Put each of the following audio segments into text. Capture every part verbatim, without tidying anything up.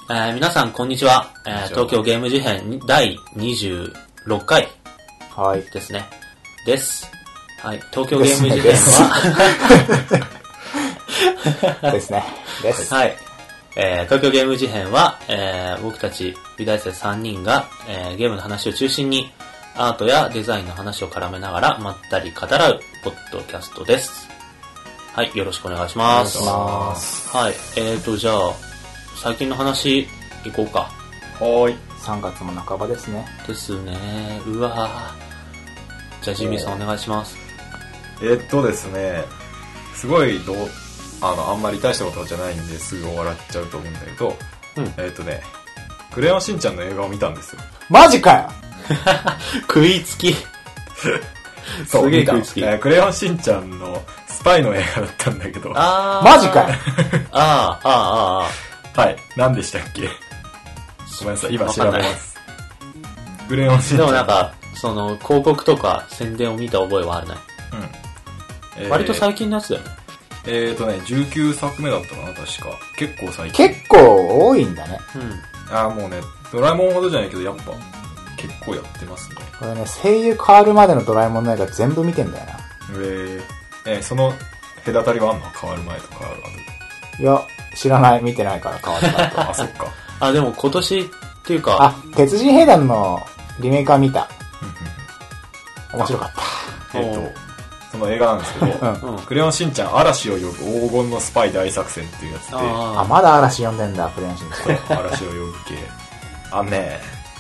えー、皆さんこんにちは、えー、東京ゲーム事変だいにじゅうろっかいですね。です。はい、東京ゲーム事変はですね。です。 はい、えー、東京ゲーム事変は、えー、僕たち美大生さんにんが、えー、ゲームの話を中心にアートやデザインの話を絡めながらまったり語らうポッドキャストです。はい、よろしくお願いします。 お願いします。 はい、えーとじゃあ最近の話いこうか。 はーい。さんがつも半ばですね。 ですね。うわー。じゃあジミーさんお願いします。 えー、っとですね、すごいどうあのあんまり大したことじゃないんですぐ終わっちゃうと思うんだけど、 うん、 えー、っとね、クレヨンしんちゃんの映画を見たんですよ。 マジかよ。 食いつき。 そうすげえ食いつき、 えー。クレヨンしんちゃんのスパイの映画だったんだけど。 あー。 マジかよ。 あー、あー、あー。はい。何でしたっけ？ごめんなさい、今調べます。クレヨンしんちゃん。 でもなんか、その、広告とか宣伝を見た覚えはあるね。 うん。えー、 割と最近のやつだよね。 えーとね、じゅうきゅうさくめだったかな、確か。結構最近。結構多いんだね。 うん。 あー、もうね、ドラえもんほどじゃないけど、やっぱ、結構やってますね。 これね、声優変わるまでのドラえもんの映画全部見てんだよな。 えー、えー、その、隔たりはあんの？変わる前と変わる後。 いや、知らない、見てないから変わった後。 あ、そっか。 あ、でも今年っていうか。 あ、鉄人兵団のリメイクは見た。面白かった。 えっ、ー、と、その映画なんですけど、うん、クレヨンしんちゃん嵐を呼ぶ黄金のスパイ大作戦っていうやつで。 ああ、まだ嵐呼んでんだ、クレヨンしんちゃん。 嵐を呼ぶ系。あのね、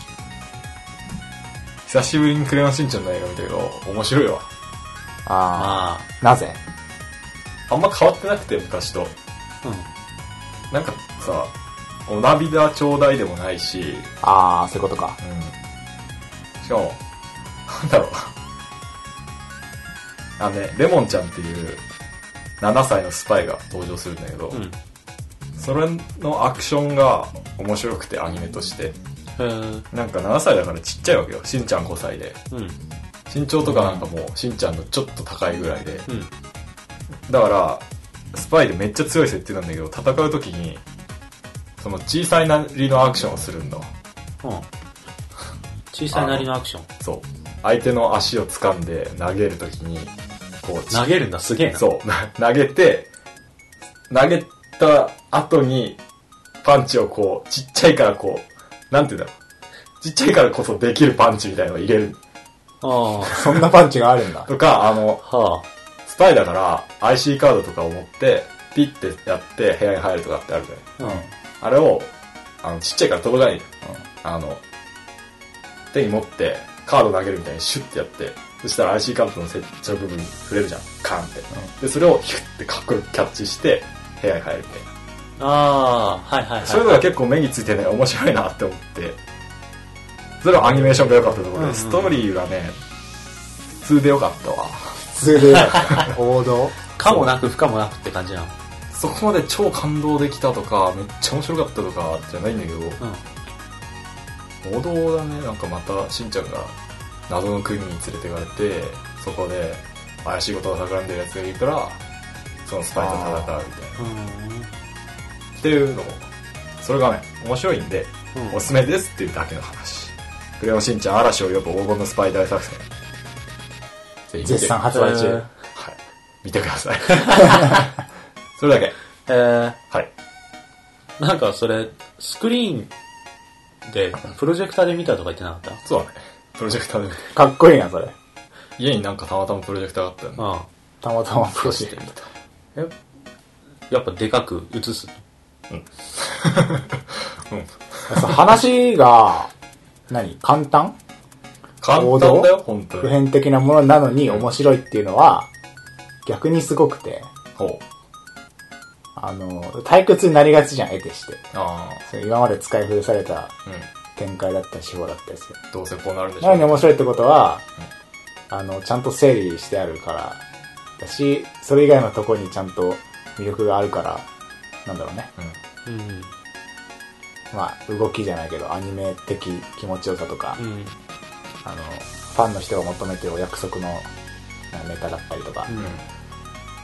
久しぶりにクレヨンしんちゃんの映画見たけど、面白いわ。 ああ、なぜ？ あんま変わってなくて、昔と。うん。なんかさ、お涙ちょうだいでもないし。 ああ、そういうことか。 うん。しかも、なんだろう。あのね、レモンちゃんっていうななさいのスパイが登場するんだけど、うん、それのアクションが面白くて、アニメとして。なんかななさいだからちっちゃいわけよ。しんちゃんごさいで。うん、身長とかなんかもうしんちゃんのちょっと高いぐらいで。うん、だから、スパイでめっちゃ強い設定なんだけど、戦うときに、その小さいなりのアクションをするんだ。 うん、小さいなりのアクション？ そう。相手の足を掴んで投げるときに、こう。 投げるんだ、すげえな。 そう。投げて、投げた後に、パンチをこう、ちっちゃいからこう、なんていうんだろう。ちっちゃいからこそできるパンチみたいなのを入れる。 ああ、そんなパンチがあるんだ。 とか、あの、はあ、スパイだから アイシー カードとかを持って、ピッてやって部屋に入るとかってあるじゃない。うん。あれを、あの、ちっちゃいから届かないじゃん。うん。あの、手に持って、カード投げるみたいにシュッてやって、そしたら アイシー カードの接着部分に触れるじゃん。カーンって。うん、で、それをヒュッてかっこよくキャッチして、部屋に入るみたいな。 あー、はいはいはい、はい。 そういうのが結構目についてね、面白いなって思って。それはアニメーションが良かったところで、うんうん、ストーリーがね、普通で良かったわ。 普通で良かった。王道かもなく不可もなくって感じなの。 そこまで超感動できたとか、めっちゃ面白かったとかじゃないんだけど、うん、王道だね。なんかまたしんちゃんが謎の国に連れてかれて、そこで怪しいことを企んでるやつがいるから、そのスパイと戦うみたいな。っていうのも、それがね、面白いんで、うん、おすすめですっていうだけの話。クレヨンしんちゃん嵐を呼ぶ黄金のスパイ大作戦。 絶賛発売中。はい。 見てください。それだけ。 えー、 はい。 なんかそれ、スクリーンで、プロジェクターで見たとか言ってなかった？ そうだね。プロジェクターで見た。 かっこいいな、それ。 家になんかたまたまプロジェクターがあったよね。ああ。 たまたまプロジェクター見た。 え、やっぱでかく映す？うん。 うん。話が、何？簡単？ 簡単だよ、本当に。 普遍的なものなのに面白いっていうのは、逆にすごくて。ほう。あの、退屈になりがちじゃん、得てして。ああ。今まで使い古された展開だったり、手法だったりする。 どうせこうなるんでしょう。 なのに面白いってことは、うん、あの、ちゃんと整理してあるからだし、それ以外のところにちゃんと魅力があるから、なんだろうね。うん。うん、まあ、動きじゃないけど、アニメ的気持ちよさとか、うん、あの、ファンの人が求めてるお約束のネタだったりとか、うん、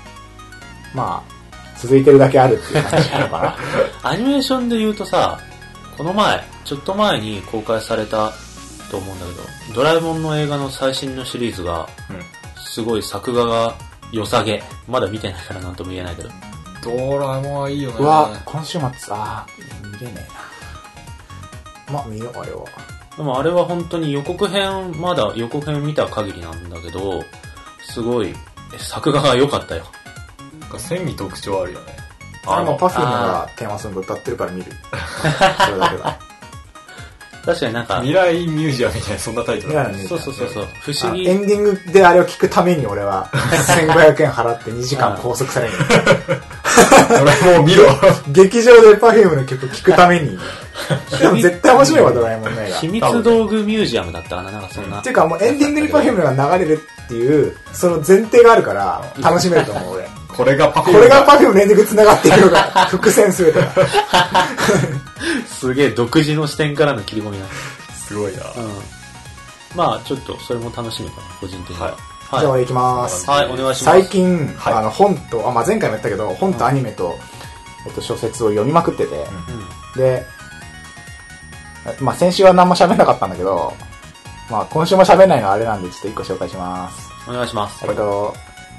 まあ、続いてるだけあるっていう感じなのかな。 アニメーションで言うとさ、 この前、ちょっと前に公開されたと思うんだけど、ドラえもんの映画の最新のシリーズが、すごい作画が良さげ。まだ見てないからなんとも言えないけど。 ドラえもんはいいよね。 うわ、今週末、あー、見れねえな。まあ、見よう、あれは。 でもあれは本当に予告編、まだ予告編見た限りなんだけど、すごい、作画が良かったよ。 なんか線に特徴あるよね。 あの、パフュームがテーマソング歌ってるから見る。それだけだ。 確かになんか、 未来ミュージアムみたいなそんなタイトル。 そうそうそうそう。不思議。 エンディングであれを聞くために俺は、せんごひゃくえん払ってにじかん拘束される。 ドラえもん見ろ。 劇場でパフュームの曲聞くために。でも絶対面白いわ、ドラえもんの映画。 秘密道具ミュージアムだったかな、なんかそんな。 っていうかもうエンディングにパフュームが流れるっていう、その前提があるから楽しめると思う、俺。 これがパフューム。 これがパフュームのエンディング繋がっているのが、伏線すべてが。 すげえ独自の視点からの切り込みな。 すごいな。 うん。まあちょっとそれも楽しみかな、個人的には。はい。 じゃあ俺行きます。 はい、お願いします。 最近、はい、あの本と、あ、まあ、前回も言ったけど、本とアニメと、えっと、小説を読みまくってて、うん、で、まあ先週は何も喋んなかったんだけど、まあ今週も喋んないのはあれなんで、ちょっと一個紹介します。 お願いします。 えっと、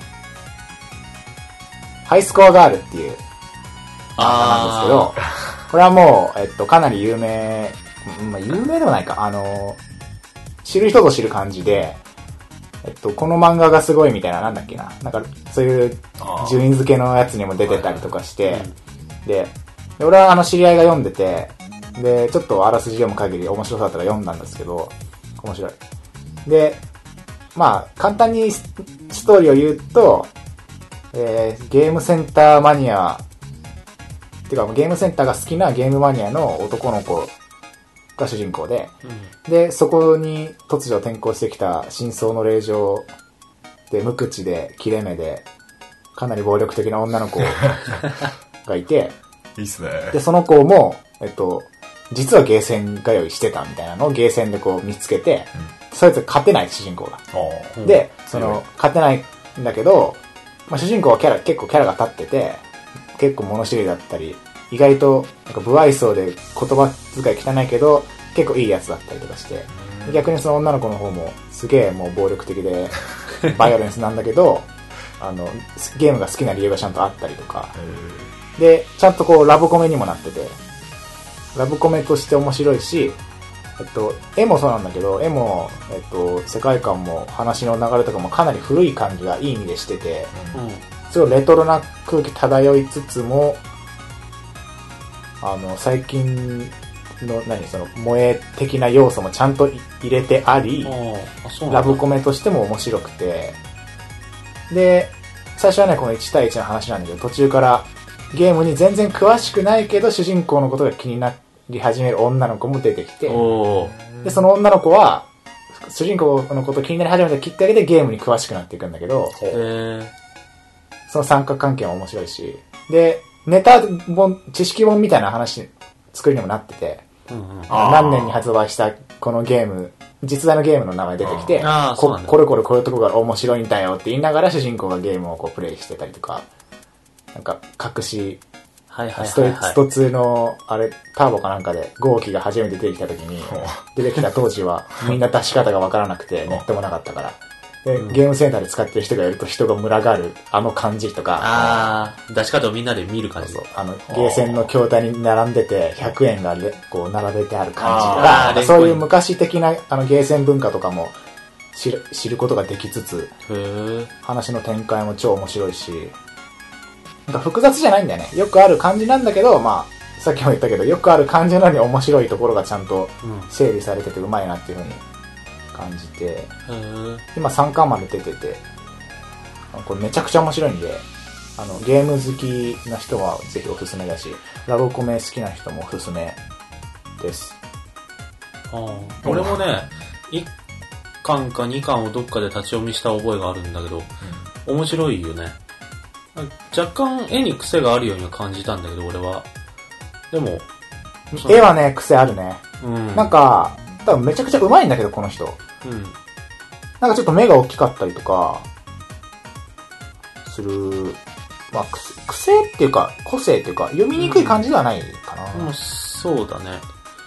ハイスコアガールっていう漫画なんですけど、これはもう、えっと、かなり有名、まあ、有名でもないか、あの、知る人ぞ知る感じで、えっと、この漫画がすごいみたいな、なんだっけな、なんか、そういう順位付けのやつにも出てたりとかして、で、で俺はあの知り合いが読んでて、で、ちょっとあらすじ読む限り面白そうだったから読んだんですけど、面白い。で、まあ、簡単にストーリーを言うと、えー、ゲームセンターマニア、っていうかゲームセンターが好きなゲームマニアの男の子が主人公で、うん、で、そこに突如転校してきた真相の令嬢で無口で切れ目でかなり暴力的な女の子がいて、 いいっすね。 で、その子も、えっと、実はゲーセン通いしてたみたいなのをゲーセンでこう見つけて、うん、そいつ勝てない主人公が。で、その、勝てないんだけど、まあ、主人公はキャラ、結構キャラが立ってて、結構物知りだったり、意外となんか不愛想で言葉遣い汚いけど、結構いいやつだったりとかして、逆にその女の子の方もすげえもう暴力的で、バイオレンスなんだけど、あの、ゲームが好きな理由がちゃんとあったりとか、で、ちゃんとこうラブコメにもなってて、ラブコメとして面白いし、えっと、絵もそうなんだけど、絵も、えっと、世界観も話の流れとかもかなり古い感じがいい意味でしてて、うん、すごいレトロな空気漂いつつも、あの、最近の、何、その、萌え的な要素もちゃんと入れてあり、あラブコメとしても面白くて、で、最初はね、このいち対いちの話なんだけど、途中からゲームに全然詳しくないけど、主人公のことが気になり始める女の子も出てきて、で、その女の子は、主人公のこと気になり始めたきっかけでゲームに詳しくなっていくんだけど、その三角関係も面白いし、で、ネタ本、知識本みたいな話、作りにもなってて、うんうん、何年に発売したこのゲーム、実在のゲームの名前出てきて、こ, これこれこういうとこが面白いんだよって言いながら主人公がゲームをこうプレイしてたりとか、なんか隠し、はいはいはいはい、ストツーのあれターボかなんかで号機が初めて出てきた時に、出てきた当時はみんな出し方がわからなくてネットもなかったから、で、うん、ゲームセンターで使ってる人がいると人が群がるあの感じとか、 ああ、出し方をみんなで見る感じ。そうそう、 あのゲーセンの筐体に並んでてひゃくえんがこう並べてある感じとか、そういう昔的なあのゲーセン文化とかも知る、知ることができつつ、話の展開も超面白いし、なんか複雑じゃないんだよね。よくある感じなんだけど、まあさっきも言ったけど、よくある感じなのに面白いところがちゃんと整理されててうまいなっていう風に感じて、今さんかんまで出てて、これめちゃくちゃ面白いんで、あのゲーム好きな人はぜひおすすめだし、ラブコメ好きな人もおすすめです。 あ俺もね、いっかんかにかんをどっかで立ち読みした覚えがあるんだけど、うん、面白いよね。若干絵に癖があるようには感じたんだけど、俺は。でも、 絵はね、癖あるね。うん、なんか、多分めちゃくちゃ上手いんだけど、この人。うん。なんかちょっと目が大きかったりとか、する、まあ、癖っていうか、個性っていうか、読みにくい感じではないかな。 うん、そうだね。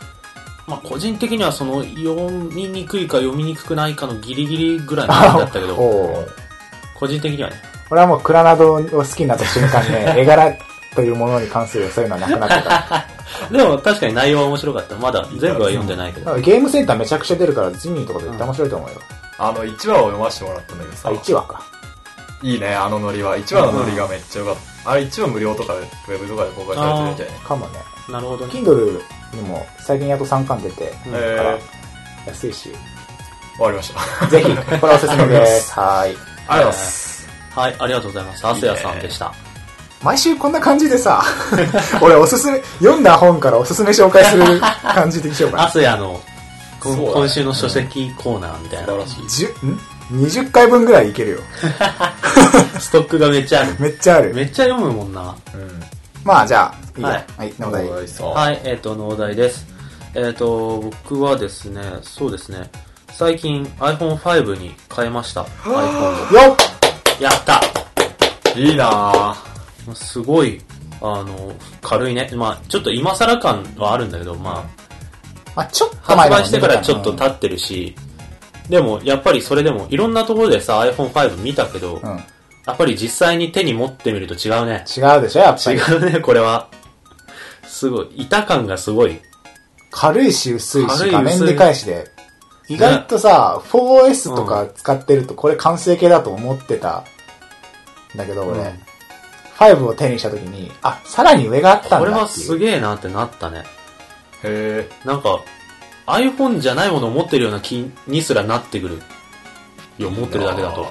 まあ個人的にはその読みにくいか読みにくくないかのギリギリぐらいの感じだったけど、個人的にはね。 俺はもうクラナドを好きになった瞬間ね、絵柄というものに関するそういうのはなくなってた。 でも確かに内容は面白かった。まだ全部は読んでないけど。 ゲームセンターめちゃくちゃ出るからジミーとか絶対面白いと思うよ。 うん、あのいちわを読ませてもらったんだけどさ。 あ、いちわか。 いいね、あのノリは。いちわのノリがめっちゃよかった。あれいちわ無料とかで、ウェブとかで公開されてるみたいね。 かもね。 なるほどね。 Kindle にも最近やっとさんかん出て、うん、から安いし。 終わりました。 ぜひ、これおすすめです。はい。 ありがとうございます。 はい、ありがとうございます。アセヤさんでした。いいね、 毎週こんな感じでさ、俺おすすめ、読んだ本からおすすめ紹介する感じでしょうか、ね。 アセヤの今週の書籍コーナーみたいな。 じゅんにじゅっかいぶんぐらいいけるよ。 ストックがめっちゃある。 めっちゃある。 めっちゃ読むもんな。 うん、まあじゃあ、いいや。はい、はい、農題。 はい、えっ、ー、と、農題です。えっ、ー、と、僕はですね、そうですね、最近 アイフォンファイブ に変えました。iPhone よっやったいいなぁ。すごい、あの、軽いね。まあちょっと今更感はあるんだけど、まあ、 まあちょっと前発売してからちょっと経ってるし、でもやっぱりそれでもいろんなところでさ アイフォンファイブ 見たけど、うん、やっぱり実際に手に持ってみると違うね。 違うでしょやっぱり。 違うね、これは。すごい。板感がすごい。 軽いし薄いし、画面でかいしで。意外とさ、ね、フォーエス とか使ってるとこれ完成形だと思ってたんだけど、俺、うん、ファイブを手にした時に、あ、さらに上があったんだっていう。 これはすげえなってなったね。 へー。なんか、iPhone じゃないものを持ってるような気にすらなってくるよ、持ってるだけだと。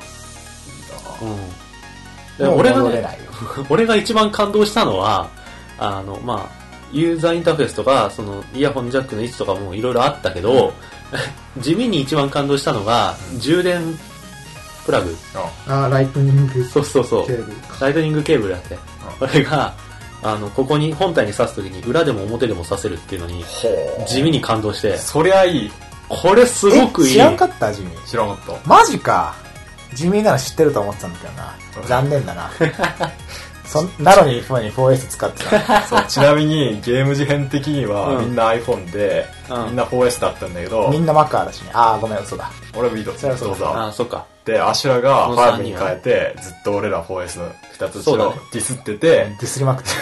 うん。で俺がね、俺が一番感動したのは、あの、まあ、ユーザーインターフェースとか、その、イヤホンジャックの位置とかもいろいろあったけど、うん、地味に一番感動したのが、うん、充電プラグ。 ああ、ライトニング。 そうそうそう。ライトニングケーブルだって。これが、あの、ここに、本体に挿すときに裏でも表でも挿せるっていうのに、地味に感動して。 そりゃいい。 これすごくいい。 知らんかったジミー。 知らんかった。 マジか。ジミーなら知ってると思ってたんだけどな。残念だな。そなのに、フォーエス 使ってた。 そう、ちなみに、ゲーム事変的には、みんな iPhone で、うん、みんな フォーエス だったんだけど、 みんな Mac だしね。あー、ごめん、嘘だ。 俺もいいと。 それはそうだ。 あー、そっか。 で、アシュラがファイブに変えて、ずっと俺ら フォーエス のふたつをディスってて、 ディスりまくって。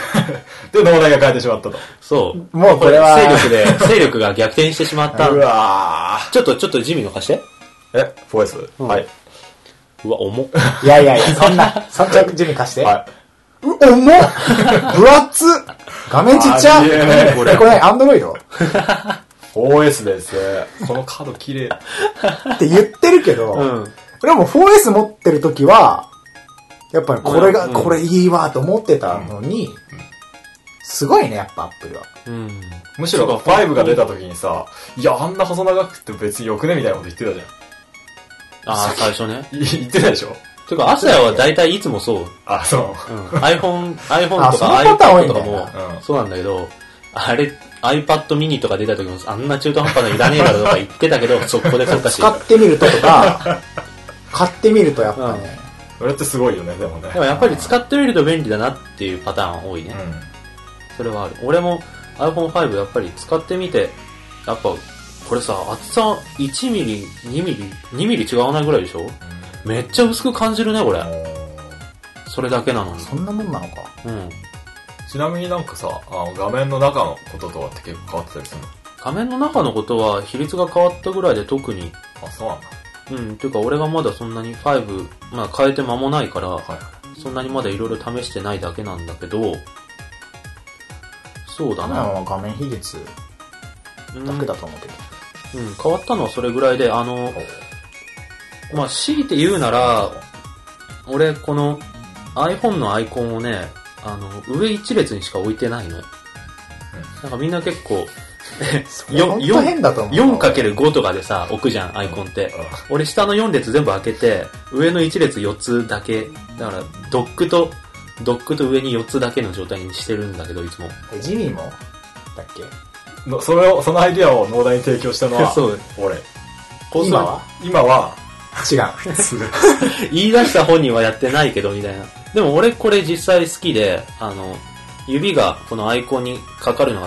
で、農大が変えてしまったと。 そう。 もうこれは、 勢力で、勢力が逆転してしまった。 うわー。 ちょっと、ちょっとジミーの貸して。 え ?フォーエス？ うん、はい。 うわ、重っ。 いやいやいや、そんな、そんなジミー貸して。 はい。 う、重っ分厚っ画面ちっちゃいこれ、これ、アンドロイドフォーエス ですね。このカード綺麗。 って言ってるけど、うん、俺も フォーエス 持ってる時は、やっぱりこれが、うん、これいいわと思ってたのに、うん、すごいね、やっぱアップルは。 うん、むしろファイブが出た時にさ、いや、あんな細長くて別によくねみたいなこと言ってたじゃん。ああ、最初ね。 言ってたでしょ。 てか、アスヤは大体いつもそう。 あ、そう。 うん、iPhone、iPhone とか iPad とかもそうなんだけど、あれ、iPad mini とか出た時もあんな中途半端なのいらねえだろとか言ってたけど、速攻で買ったし。 使ってみるととか、買ってみるとやっぱね、うん。 それってすごいよね、でもね。 でもやっぱり使ってみると便利だなっていうパターン多いね。うん、それはある。俺も アイフォンファイブ やっぱり使ってみて、やっぱ、これさ、厚さいちミリ、にミリ、にミリ違わないぐらいでしょ、うん、めっちゃ薄く感じるね、これ。それだけなのに。 そんなもんなのか。 うん。 ちなみになんかさ、あの画面の中のこととかって結構変わってたりするの？ 画面の中のことは比率が変わったぐらいで特に。 あ、そうなんだ。 うん、ていうか俺がまだそんなにファイブ、まあ変えて間もないから、はい、そんなにまだいろいろ試してないだけなんだけど、そうだな。 画面比率だけだと思うけど。 うん、うん、変わったのはそれぐらいで、あの、まあ強いて言うなら、俺この iPhone のアイコンをね、あの、上一列にしか置いてないの。うん、なんかみんな結構、 よんかけるご とかでさ、置くじゃん、アイコンって。うん、俺下のよん列全部開けて、上のいち列よっつだけ、だからドックと、ドックと上によっつだけの状態にしてるんだけど、いつも。 ジミーもだっけのそれを、そのアイディアを農大に提供したのは、 そう俺。 今は今は、 違う。 言い出した本人はやってないけど、みたいな。でも俺これ実際好きで、あの、指がこのアイコンにかかるのが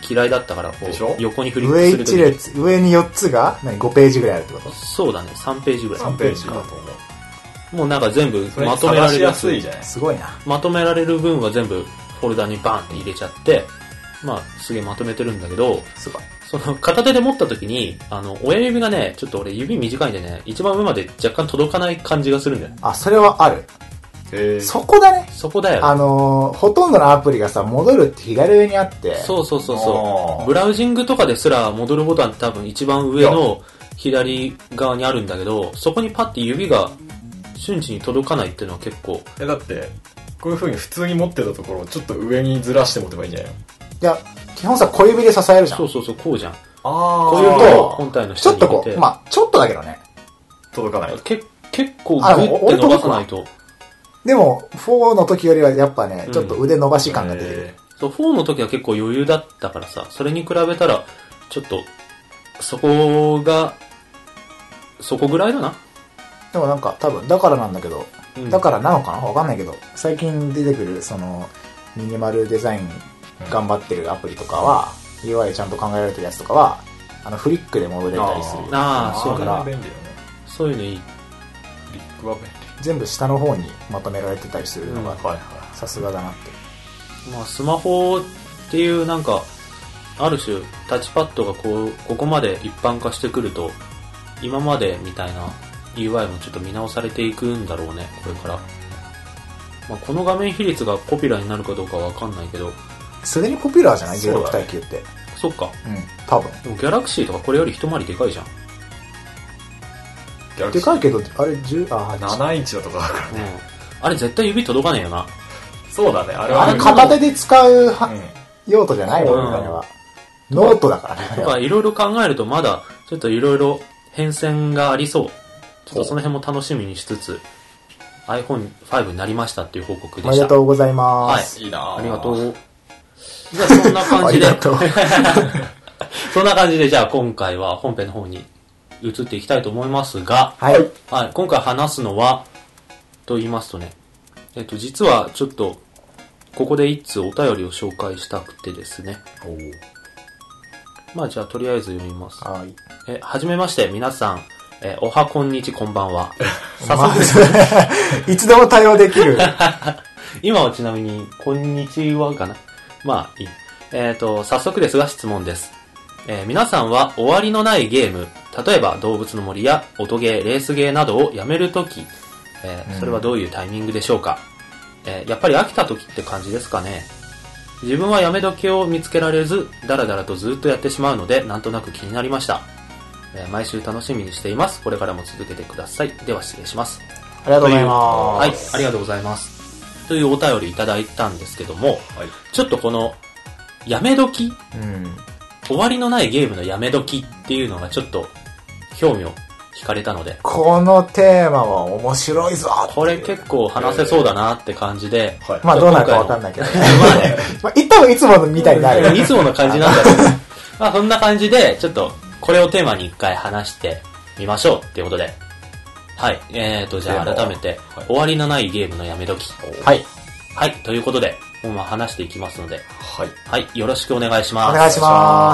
嫌いだったから、こう、横にフリックするときに。上いち列、上によっつが、何、ごページぐらいあるってこと？ そうだね、さんページぐらい。 さんページかと思う。もうなんか全部まとめられるやつ。 すごいな。 まとめられる分は全部フォルダにバーンって入れちゃって、まあ、すげえまとめてるんだけど、 すごい。 その、片手で持った時に、あの、親指がね、ちょっと俺指短いんでね、一番上まで若干届かない感じがするんだよね。 あ、それはある。 へー。 そこだね。 そこだよ、ね。 あのー、ほとんどのアプリがさ、戻るって左上にあって。 そうそうそうそう。ブラウジングとかですら戻るボタンって多分一番上の左側にあるんだけど、そこにパッて指が瞬時に届かないっていうのは結構。 え、だって、こういう風に普通に持ってたところをちょっと上にずらして持てばいいんじゃないの？ いや、基本さ、小指で支えるじゃん。 そうそうそう、こうじゃん。 ああ。 小指と本体の下にちょっとこう、まあちょっとだけどね。 届かない。 け結構グッて伸ばさないと。 でも、フォーの時よりはやっぱね、うん、ちょっと腕伸ばし感が出てる。 そう、フォーの時は結構余裕だったからさ、それに比べたら、ちょっと、そこが、そこぐらいだな。 でもなんか多分、だからなんだけど、うん、だからなのかなわかんないけど、最近出てくる、その、ミニマルデザイン頑張ってるアプリとかは、うん、ユーアイ ちゃんと考えられてるやつとかは、あの、フリックで戻れたりする。 ああ、そうだから、便利よね。 そういうのいい。 フリックは便利。 全部下の方にまとめられてたりするのが、さすがだなって。 まあ、スマホっていうなんか、ある種、タッチパッドがこう、ここまで一般化してくると、今までみたいな ユーアイ もちょっと見直されていくんだろうね、これから。まあ、この画面比率がポピュラーになるかどうかわかんないけど。 すでにポピュラーじゃない ?じゅうろく 対きゅうって。 そっか。 うん、多分。 でもギャラクシーとかこれより一回りでかいじゃん。 でかいけど、あれじゅう、あ、 ななインチだとかだからね、 うん。あれ絶対指届かねえよな。 そうだね、あれは。あれ片手で使うは、うん、用途じゃないもんね、あれは。ノートだからね。 とかいろいろ考えるとまだ、ちょっといろいろ変遷がありそう。ちょっとその辺も楽しみにしつつ、アイフォンファイブ になりましたっていう報告でした。 おめでとうございます。 はい。いいなありがとう。じゃあそんな感じで。そんな感じで、じゃあ今回は本編の方に移っていきたいと思いますが、 はい。 はい。今回話すのは、と言いますとね、えっと、実はちょっと、ここで一通お便りを紹介したくてですね。 おー。 まあじゃあとりあえず読みます。 はい。 え、はじめまして、皆さん、え、おはこんにちこんばんは。早速、 いつでも対応できる。 今はちなみに、こんにちはかな。まあいい。えっと、早速ですが質問です。えー、皆さんは終わりのないゲーム、例えば動物の森や音ゲー、レースゲーなどをやめるとき、えー、それはどういうタイミングでしょうか、うん、えー、やっぱり飽きたときって感じですかね。自分はやめ時を見つけられず、だらだらとずっとやってしまうので、なんとなく気になりました。えー、毎週楽しみにしています。これからも続けてください。では失礼します。 ありがとうございます。 はい、ありがとうございます。というお便りいただいたんですけども、はい、ちょっとこの、やめ時、 うん、 終わりのないゲームのやめ時っていうのがちょっと興味を惹かれたので、 このテーマは面白いぞ。 これ結構話せそうだなって感じで、 はい、まあどうなるかわかんないけど、まあね、まあ多分いつものみたいになる。 いつもの感じなんだけど、まあそんな感じでちょっとこれをテーマに一回話してみましょうっていうことで、はい、えーとじゃあ改めて、はい、終わりのないゲームのやめ時、 はいはいということで、もうまあ話していきますので、 はい、 はい、よろしくお願いします。 お願いします。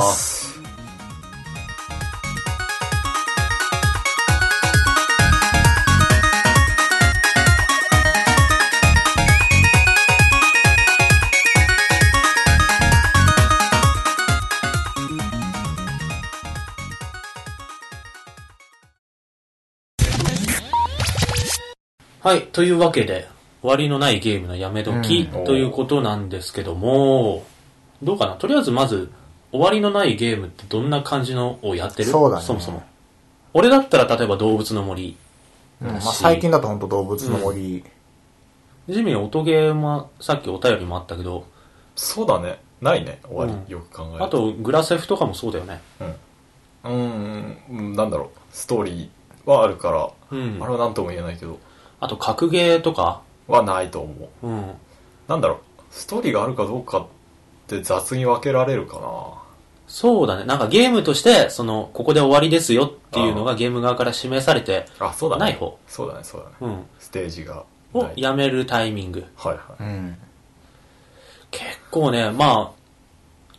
はい、というわけで、終わりのないゲームのやめ時、うん、ということなんですけども、どうかな、とりあえずまず、終わりのないゲームってどんな感じのをやってる？ そうだね。 そもそも。俺だったら例えば動物の森。 うん、まあ最近だと本当動物の森。 うん、地味に音ゲーも、さっきお便りもあったけど。 そうだね。ないね、終わり、うん、よく考えると。 あと、グラセフとかもそうだよね。 うん。うん、なんだろう、ストーリーはあるから、うん、あれは何とも言えないけど。 あと、格ゲーとかはないと思う。うん。 なんだろう、ストーリーがあるかどうかって雑に分けられるかな。 そうだね。なんかゲームとして、その、ここで終わりですよっていうのがゲーム側から示されてあ、そうだね。 ない方。 そうだね、そうだね。 うん。 ステージが。 をやめるタイミング。 はいはい。 うん。 結構ね、まあ、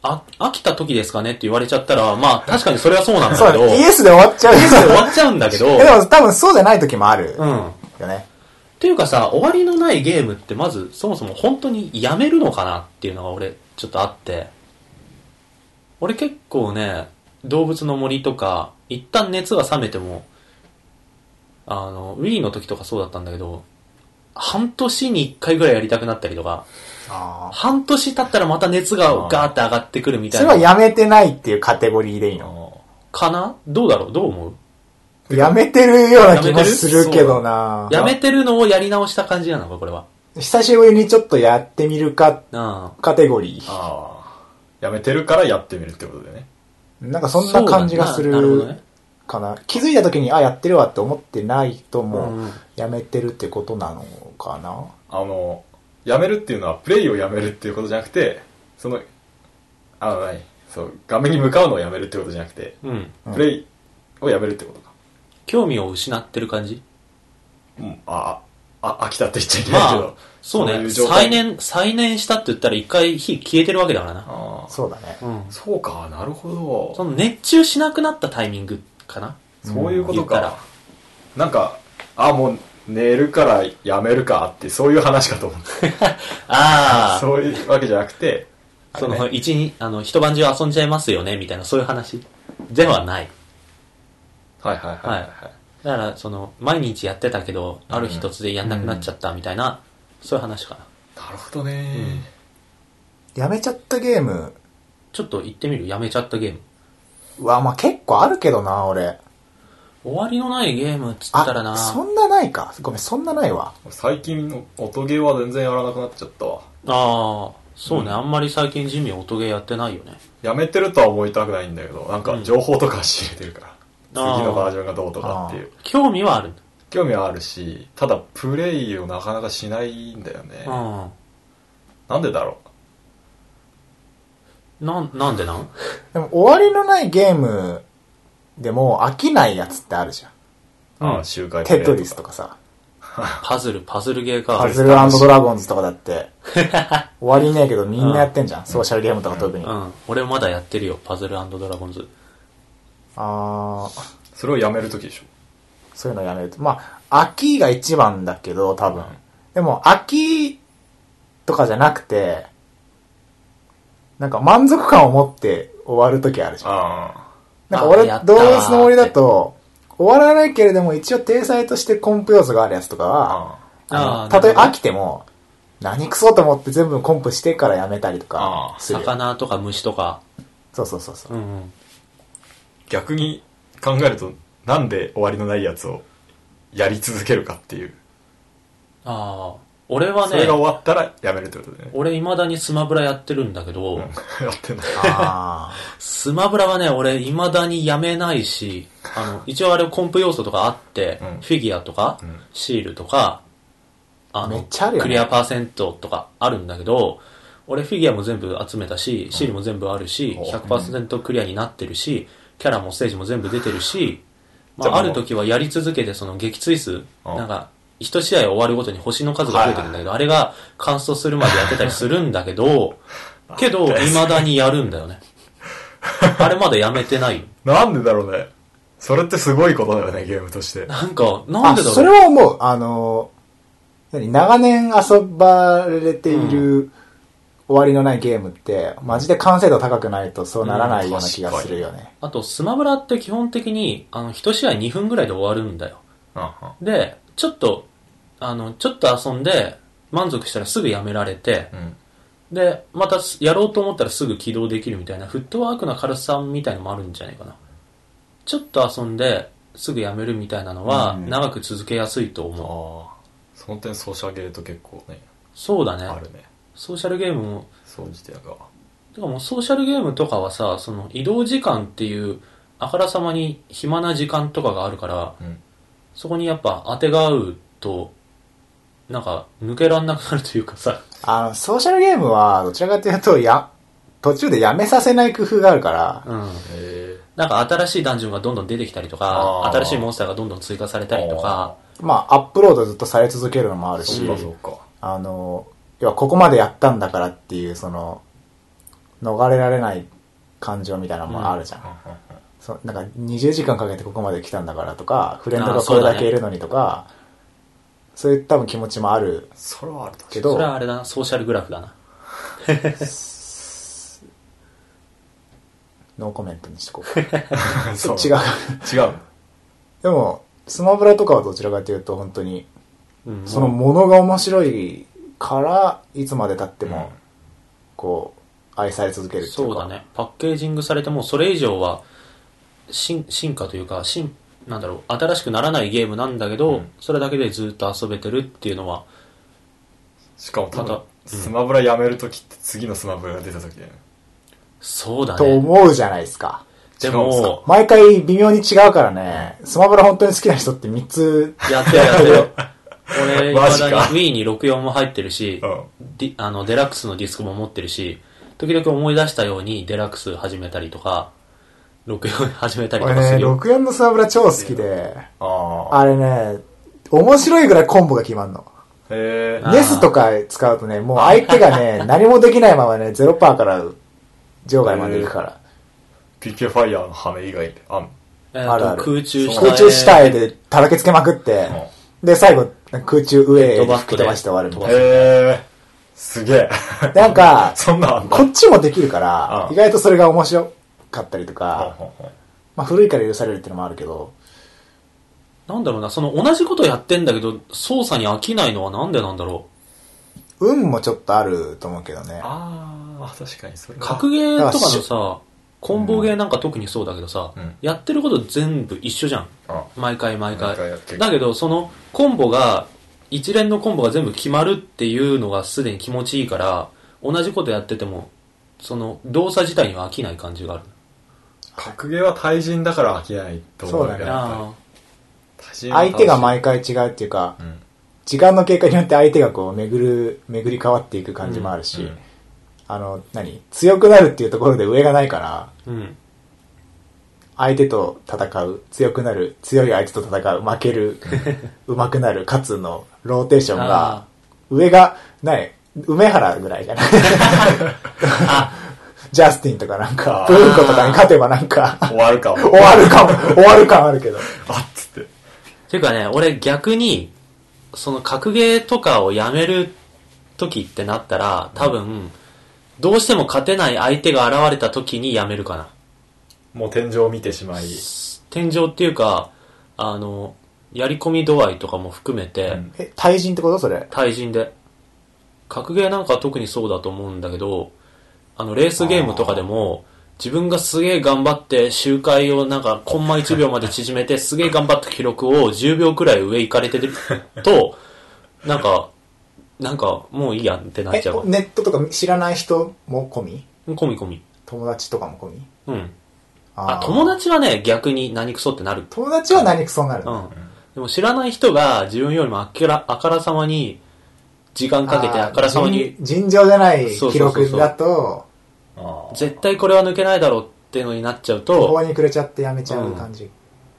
あ、飽きた時ですかねって言われちゃったら、まあ確かにそれはそうなんだけど。 そう、イエスで終わっちゃう。 イエスで終わっちゃうんだけど。 でも多分そうじゃない時もある。うん。よね。 っていうかさ、終わりのないゲームってまずそもそも本当にやめるのかなっていうのが俺ちょっとあって。俺結構ね、動物の森とか、一旦熱が冷めても、あの、Wii の時とかそうだったんだけど、半年に一回ぐらいやりたくなったりとか、あ半年経ったらまた熱がガーって上がってくるみたいな。 それはやめてないっていうカテゴリーでいいのかな？どうだろう？どう思う？やめてるような気もするけどな。 やめてるのをやり直した感じなのか、これは。 久しぶりにちょっとやってみるか、カテゴリー。 ああ。やめてるからやってみるってことでね。 なんかそんな感じがするかな。気づいた時に、あ、やってるわって思ってないとも、やめてるってことなのかな。 あの、やめるっていうのは、プレイをやめるっていうことじゃなくて、その、あの、ない、そう、画面に向かうのをやめるってことじゃなくて、うん、プレイをやめるってことか。 興味を失ってる感じ？ うん、あ、あ、飽きたって言っちゃいけないけど。まあ、 そうね。そう再燃、再燃したって言ったら一回火消えてるわけだからな。 あそうだね、 うん。そうか、なるほど。 その熱中しなくなったタイミングかな。 そういうことか。なんか、あ、もう寝るからやめるかって、そういう話かと思って。ああ。そういうわけじゃなくて、 その、一日、あの、一晩中遊んじゃいますよね、みたいな、そういう話ではない。 はいはいはいはい。はい、 だから、その、毎日やってたけど、ある日突然やんなくなっちゃったみたいな、うん、そういう話かな。なるほどね、 うん。やめちゃったゲーム。 ちょっと言ってみる？やめちゃったゲーム。 うわ、まあ、結構あるけどな、俺。 終わりのないゲームっつったらな。 そんなないか。ごめん、そんなないわ。 最近の音ゲーは全然やらなくなっちゃったわ。 ああ、そうね、うん、あんまり最近ジミー音ゲーやってないよね。 やめてるとは思いたくないんだけど、なんか情報とか仕入れてるから。うん、次のバージョンがどうとかっていう。 興味はある。 興味はあるし、ただプレイをなかなかしないんだよね。うん、なんでだろう。な、なんでなんでも終わりのないゲームでも飽きないやつってあるじゃん。 ああ、周回テトリスとかさ。 パズル、パズルゲーか。 パズル&ドラゴンズとかだって。終わりねえけどみんなやってんじゃん。うん、ソーシャルゲームとか特に。 うん。俺もまだやってるよ。パズル&ドラゴンズ。 あー。 それをやめるときでしょ。 そういうのやめると。まあ、飽きが一番だけど、多分。でも、飽きとかじゃなくて、なんか満足感を持って終わるときあるじゃん。あなんか俺、動物の森だと、終わらないけれども一応体裁としてコンプ要素があるやつとかは、ああたとえ飽きても、何クソと思って全部コンプしてからやめたりとかする。 魚とか虫とか。 そうそうそうそう、うんうん。 逆に考えると、なんで終わりのないやつをやり続けるかっていう。 ああ。俺はね。 それが終わったらやめるってことでね。 俺未だにスマブラやってるんだけど。うん、やってんだ。 あスマブラはね、俺未だにやめないし、あの、一応あれコンプ要素とかあって、うん、フィギュアとか、うん、シールとか、あの、 めっちゃあるよね、 クリアパーセントとかあるんだけど、俺フィギュアも全部集めたし、シールも全部あるし、ひゃくパーセント クリアになってるし、キャラもステージも全部出てるし、まあ、ある時はやり続けてその撃墜数、なんか、一試合終わるごとに星の数が増えてるんだけど、はいはい、あれが完走するまでやってたりするんだけど、けど、未だにやるんだよね。あれまだやめてないよ。 なんでだろうね。それってすごいことだよね、ゲームとして。 なんか、なんでだろう。 それは思う。あの、何長年遊ばれている、うん終わりのないゲームって、マジで完成度高くないとそうならないような気がするよね。 うん、あと、スマブラって基本的に、あの、一試合にふんぐらいで終わるんだよ。Uh-huh. で、ちょっと、あの、ちょっと遊んで、満足したらすぐやめられて、うん、で、またやろうと思ったらすぐ起動できるみたいな、フットワークな軽さみたいなのもあるんじゃないかな。ちょっと遊んで、すぐやめるみたいなのは、長く続けやすいと思う。 うん、あその点ソーシャルゲーと結構ね。 そうだね。 あるね。 ソーシャルゲームも、 そう自体が。 てかもうソーシャルゲームとかはさ、その移動時間っていう、あからさまに暇な時間とかがあるから、うん、そこにやっぱ当てが合うと、なんか抜けらんなくなるというかさ。 あの、ソーシャルゲームはどちらかというと、や、途中でやめさせない工夫があるから、うん。 へなんか新しいダンジョンがどんどん出てきたりとか、新しいモンスターがどんどん追加されたりとか。 まあ、アップロードずっとされ続けるのもあるし、 そうかそうか。 あの、要はここまでやったんだからっていう、その、 逃れられない感情みたいなのもあるじゃん、うん、そなんかにじゅうじかんかけてここまで来たんだからとか、フレンドがこれだけいるのにとか、そう、ね、そういう多分気持ちもあるそれはあるけど、それはあれだな、ソーシャルグラフだなノーコメントにしとこうそう違う違うでもスマブラとかはどちらかというと本当に、うん、そのものが面白いからいつまで経ってもこう愛され続けるっていうか、 そうだね、パッケージングされてもそれ以上は進化というか進なんだろう新しくならないゲームなんだけど、うん、それだけでずっと遊べてるっていうのは、 しかもただ、スマブラやめるときって次のスマブラが出たときだよね。 そうだね。 と思うじゃないですか。 でも、 毎回微妙に違うからね、スマブラ本当に好きな人ってみっつやってるやってるよ。俺、未だに Wii にろくじゅうよんも入ってるし、うん、あのデラックスのディスクも持ってるし、時々思い出したようにデラックス始めたりとか、ろくじゅうよん始めたりとかするよ。 俺ね、ろくじゅうよんのスマブラ超好きで、あ, あれね、面白いぐらいコンボが決まんの。 へー。ネスとか使うとね、もう相手がね、何もできないままね、ゼロパーセント から場外まで行くから。 ピーケー ファイヤーの羽以外であんの、 えー、あるある。空中下へ。空中下へで叩きつけまくって、うん、で、最後、空中上へ吹き飛ばして終わるみたいな。 へー。すげえ。 なんか、 そんなこっちもできるから、意外とそれが面白かったりとか、まあ古いから許されるっていうのもあるけど、 なんだろうな、その同じことやってんだけど操作に飽きないのはなんでなんだろう。運もちょっとあると思うけどね。 ああ、確かにそれは。 格ゲーとかのさ、コンボゲーなんか特にそうだけどさ、うん、やってること全部一緒じゃん。毎回毎回。毎回だけどそのコンボが一連のコンボが全部決まるっていうのがすでに気持ちいいから、同じことやっててもその動作自体には飽きない感じがある。 格ゲーは対人だから飽きないと思う。 そうだね。相手が毎回違うっていうか、うん、時間の経過によって相手がこう巡る巡り変わっていく感じもあるし、うんうん、あの何強くなるっていうところで上がないから、うん、相手と戦う、強くなる、強い相手と戦う、負ける上手くなる、勝つのローテーションが上がない梅原ぐらいじゃないジャスティンとかなんかプーコとかに勝てばなんか終わるかも終わるかも終わる感あるけどあっつってていうかね、俺逆にその格ゲーとかをやめる時ってなったら多分、うん、どうしても勝てない相手が現れた時にやめるかな。 もう天井を見てしまい、 天井っていうかあのやり込み度合いとかも含めて、うん、 え対人ってことそれ？ 対人で格ゲーなんかは特にそうだと思うんだけど、あのレースゲームとかでも自分がすげえ頑張って周回をなんかコンマいちびょうまで縮めてすげえ頑張った記録をじゅうびょうくらい上行かれてるとなんかなんかもういいやってなっちゃう。 ネットとか知らない人も込み？ 込み込み。 友達とかも込み？ うん。あ、友達はね逆に何クソってなる。 友達は何クソになる、 うん。でも知らない人が自分よりもあからあからさまに時間かけてあからさまに尋常じゃない記録だと絶対これは抜けないだろうっていうのになっちゃうと途方に暮れちゃってやめちゃう感じ、うん、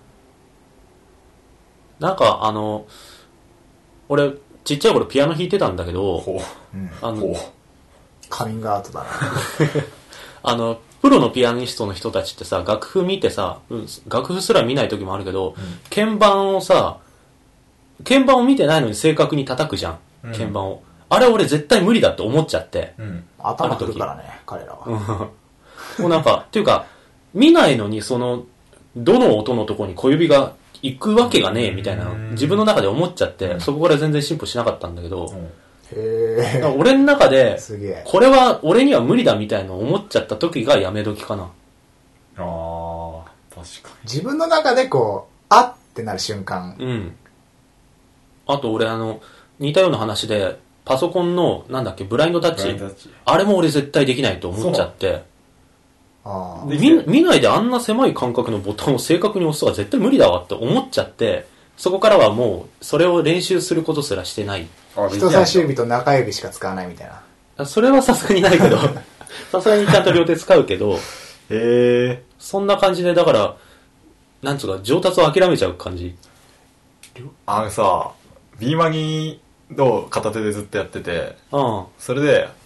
なんかあの俺ちっちゃい頃ピアノ弾いてたんだけど、うん、あのカミングアウトだなあのプロのピアニストの人たちってさ楽譜見てさ、うん、楽譜すら見ない時もあるけど、うん、鍵盤をさ鍵盤を見てないのに正確に叩くじゃん、うん、鍵盤をあれ俺絶対無理だって思っちゃって、うん、 頭くるからね彼らはもうなんかっていうか見ないのにそのどの音のとこに小指が行くわけがねえみたいな自分の中で思っちゃって、うん、そこから全然進歩しなかったんだけど、うん、 へー俺の中でこれは俺には無理だみたいな思っちゃった時がやめ時かな。 あー確かに自分の中でこうあってなる瞬間。 うん。あと俺あの似たような話でパソコンのなんだっけブラインドタッチ、ッチあれも俺絶対できないと思っちゃって、あで 見, 見ないであんな狭い間隔のボタンを正確に押すとか絶対無理だわって思っちゃって、そこからはもうそれを練習することすらしてない。 人差し指と中指しか使わないみたいな。それはさすがにないけどさすがにちゃんと両手使うけどへえそんな感じでだからなんつうか上達を諦めちゃう感じ。 あのさ B マギの片手でずっとやってて、うん、それで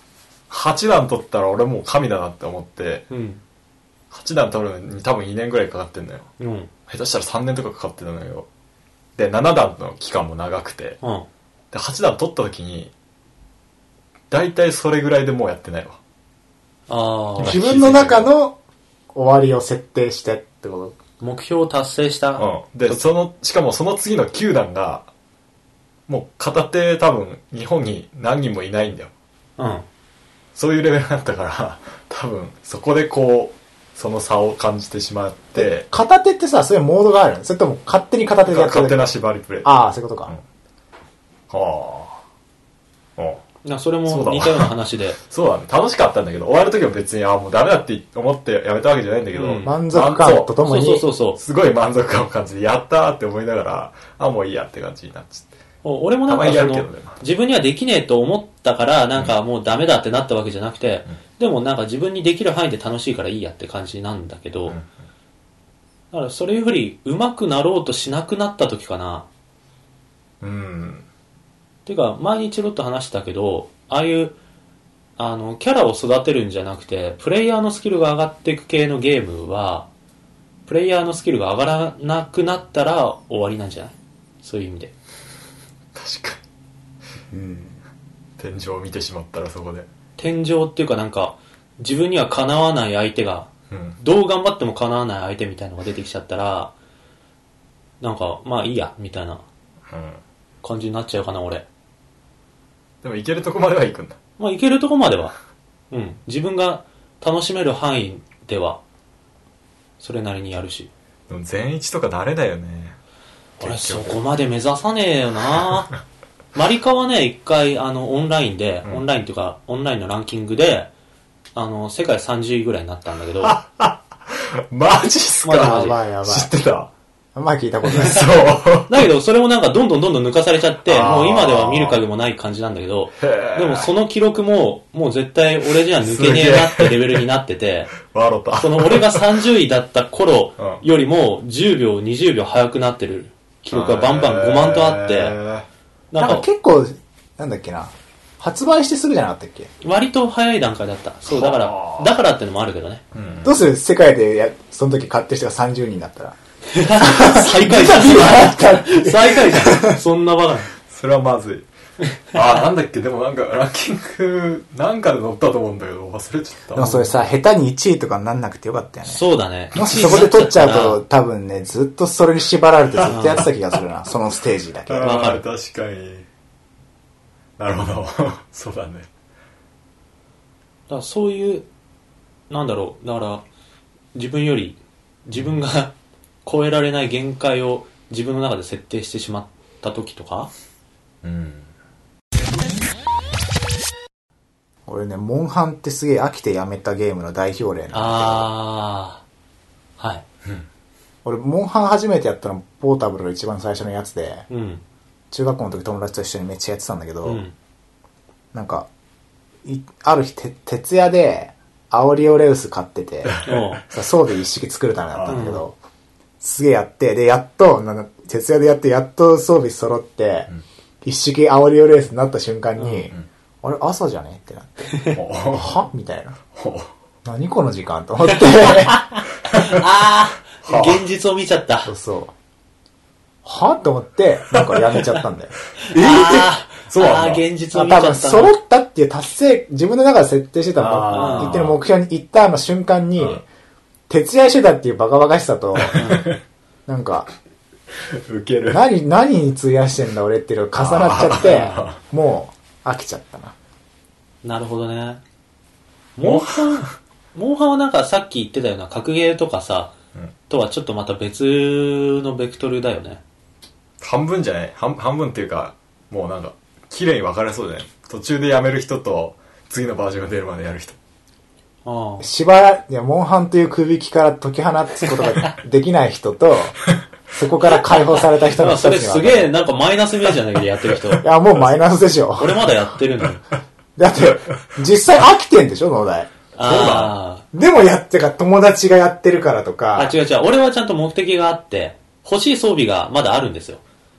はちだん取ったら俺もう神だなって思って、うん、はちだん取るのに多分にねんぐらいかかってんだよ、うん、下手したらさんねんとかかかってたのよ。でななだんの期間も長くて、うん、ではちだん取った時に大体それぐらいでもうやってないわ。 あ、自分の中の終わりを設定してってこと。 目標を達成した。 うん。で、その、しかもその次のきゅうだんが、もう片手多分日本に何人もいないんだよ。うん。そういうレベルだったから、多分そこでこう、その差を感じてしまって。 片手ってさ、そういうモードがあるの？それとも勝手に片手でやってる？ 勝手な縛りプレイ。 ああ、そういうことか。 うん、はあ。ああ。それも似たような話で。 そうだね。楽しかったんだけど、終わるときは別に、ああ、もうダメだって思ってやめたわけじゃないんだけど、うん、 満足感とともに、 そうそうそう、 すごい満足感を感じて、やったーって思いながら、ああ、もういいやって感じになっちゃって。 俺もなんかその、ね、自分にはできねえと思ったから、なんかもうダメだってなったわけじゃなくて、うん、でもなんか自分にできる範囲で楽しいからいいやって感じなんだけど、うん、だからそれより上手くなろうとしなくなった時かな。うん。てか、前にちょろっと話したけど、ああいう、あの、キャラを育てるんじゃなくて、プレイヤーのスキルが上がっていく系のゲームは、プレイヤーのスキルが上がらなくなったら終わりなんじゃない？そういう意味で。 確かに。うん。天井を見てしまったらそこで。 天井っていうかなんか、自分にはかなわない相手が、うん、どう頑張ってもかなわない相手みたいなのが出てきちゃったら、なんか、まあいいや、みたいな感じになっちゃうかな、俺。 でも行けるとこまでは行くんだ。 まあ行けるとこまでは。うん。自分が楽しめる範囲では、それなりにやるし。 でも全一とか慣れだよね。 俺そこまで目指さねえよなマリカはね、一回、あの、オンラインで、うん、オンラインっていうか、オンラインのランキングで、あの、世界さんじゅういぐらいになったんだけど。 マジっすか？ やばいやばい。 知ってた？ あんまり聞いたことない。 そう。 だけど、それもなんかどんどんどんどん抜かされちゃって、もう今では見る影もない感じなんだけど、でもその記録も、もう絶対俺じゃ抜けねえなってレベルになってて、その俺がさんじゅういだった頃よりもじゅうびょう、にじゅうびょう早くなってる記録がバンバンごまんとあって、 なんか結構、なんだっけな、発売してすぐじゃなかったっけ？ 割と早い段階だった。そう、だから、だからってのもあるけどね。 うん、どうする？世界でや、その時買ってる人がさんじゅうにんだったら。 最下位じゃん。最下位じゃん。そんなバカな。 それはまずい。あ、なんだっけ、でもなんかランキングなんかで載ったと思うんだけど忘れちゃった。 でもそれさ、下手にいちいとかになんなくてよかったよね。 そうだね。 もしそこで取っちゃうと多分ね、ずっとそれに縛られてずっとやってた気がするな。そのステージだけ。 わかる。確かに。なるほど。そうだね。だからそういう、なんだろう、だから自分より自分が超えられない限界を自分の中で設定してしまった時とか、うん、 俺ね、モンハンってすげえ飽きてやめたゲームの代表例なんだけど、ああ、はい、 うん、俺モンハン初めてやったのポータブルが一番最初のやつで、うん、中学校の時友達と一緒にめっちゃやってたんだけど、うん、なんかいある日て徹夜でアオリオレウス買ってて装備一式作るためだったんだけど、うん、すげえやって、でやっと徹夜でやってやっと装備揃って、うん、一式アオリオレウスになった瞬間に、うん、あれ朝じゃねってなってはみたいな何この時間と思ってああ現実を見ちゃった。 そうそうはと思ってなんかやめちゃったんだよえーそうなんだ。ああ、現実を見ちゃったな。多分、 揃ったっていう達成、自分の中で設定してたの、一定の目標に行った瞬間に、徹夜してたっていうバカバカしさと、なんか、 ウケる。 何、何に費やしてんだ俺っていうのが重なっちゃって、もう、飽きちゃったな。 なるほどね。モンハン、モンハンはなんかさっき言ってたような格ゲーとかさ、うん、とはちょっとまた別のベクトルだよね。 半分じゃない半、半分っていうか、もうなんか、綺麗に分かれそうじゃない？途中でやめる人と次のバージョンが出るまでやる人。 ああ。しばら、いや、モンハンという空引きから解き放つことができない人と、そこから解放された人のそれすげえなんかマイナスイメージなんだけどやってる人。 いや、もうマイナスでしょ。 俺まだやってるのよ。 だって、実際飽きてんでしょ、農大。ああ。でもやってか、友達がやってるからとか。 あ、違う違う。俺はちゃんと目的があって、欲しい装備がまだあるんですよ。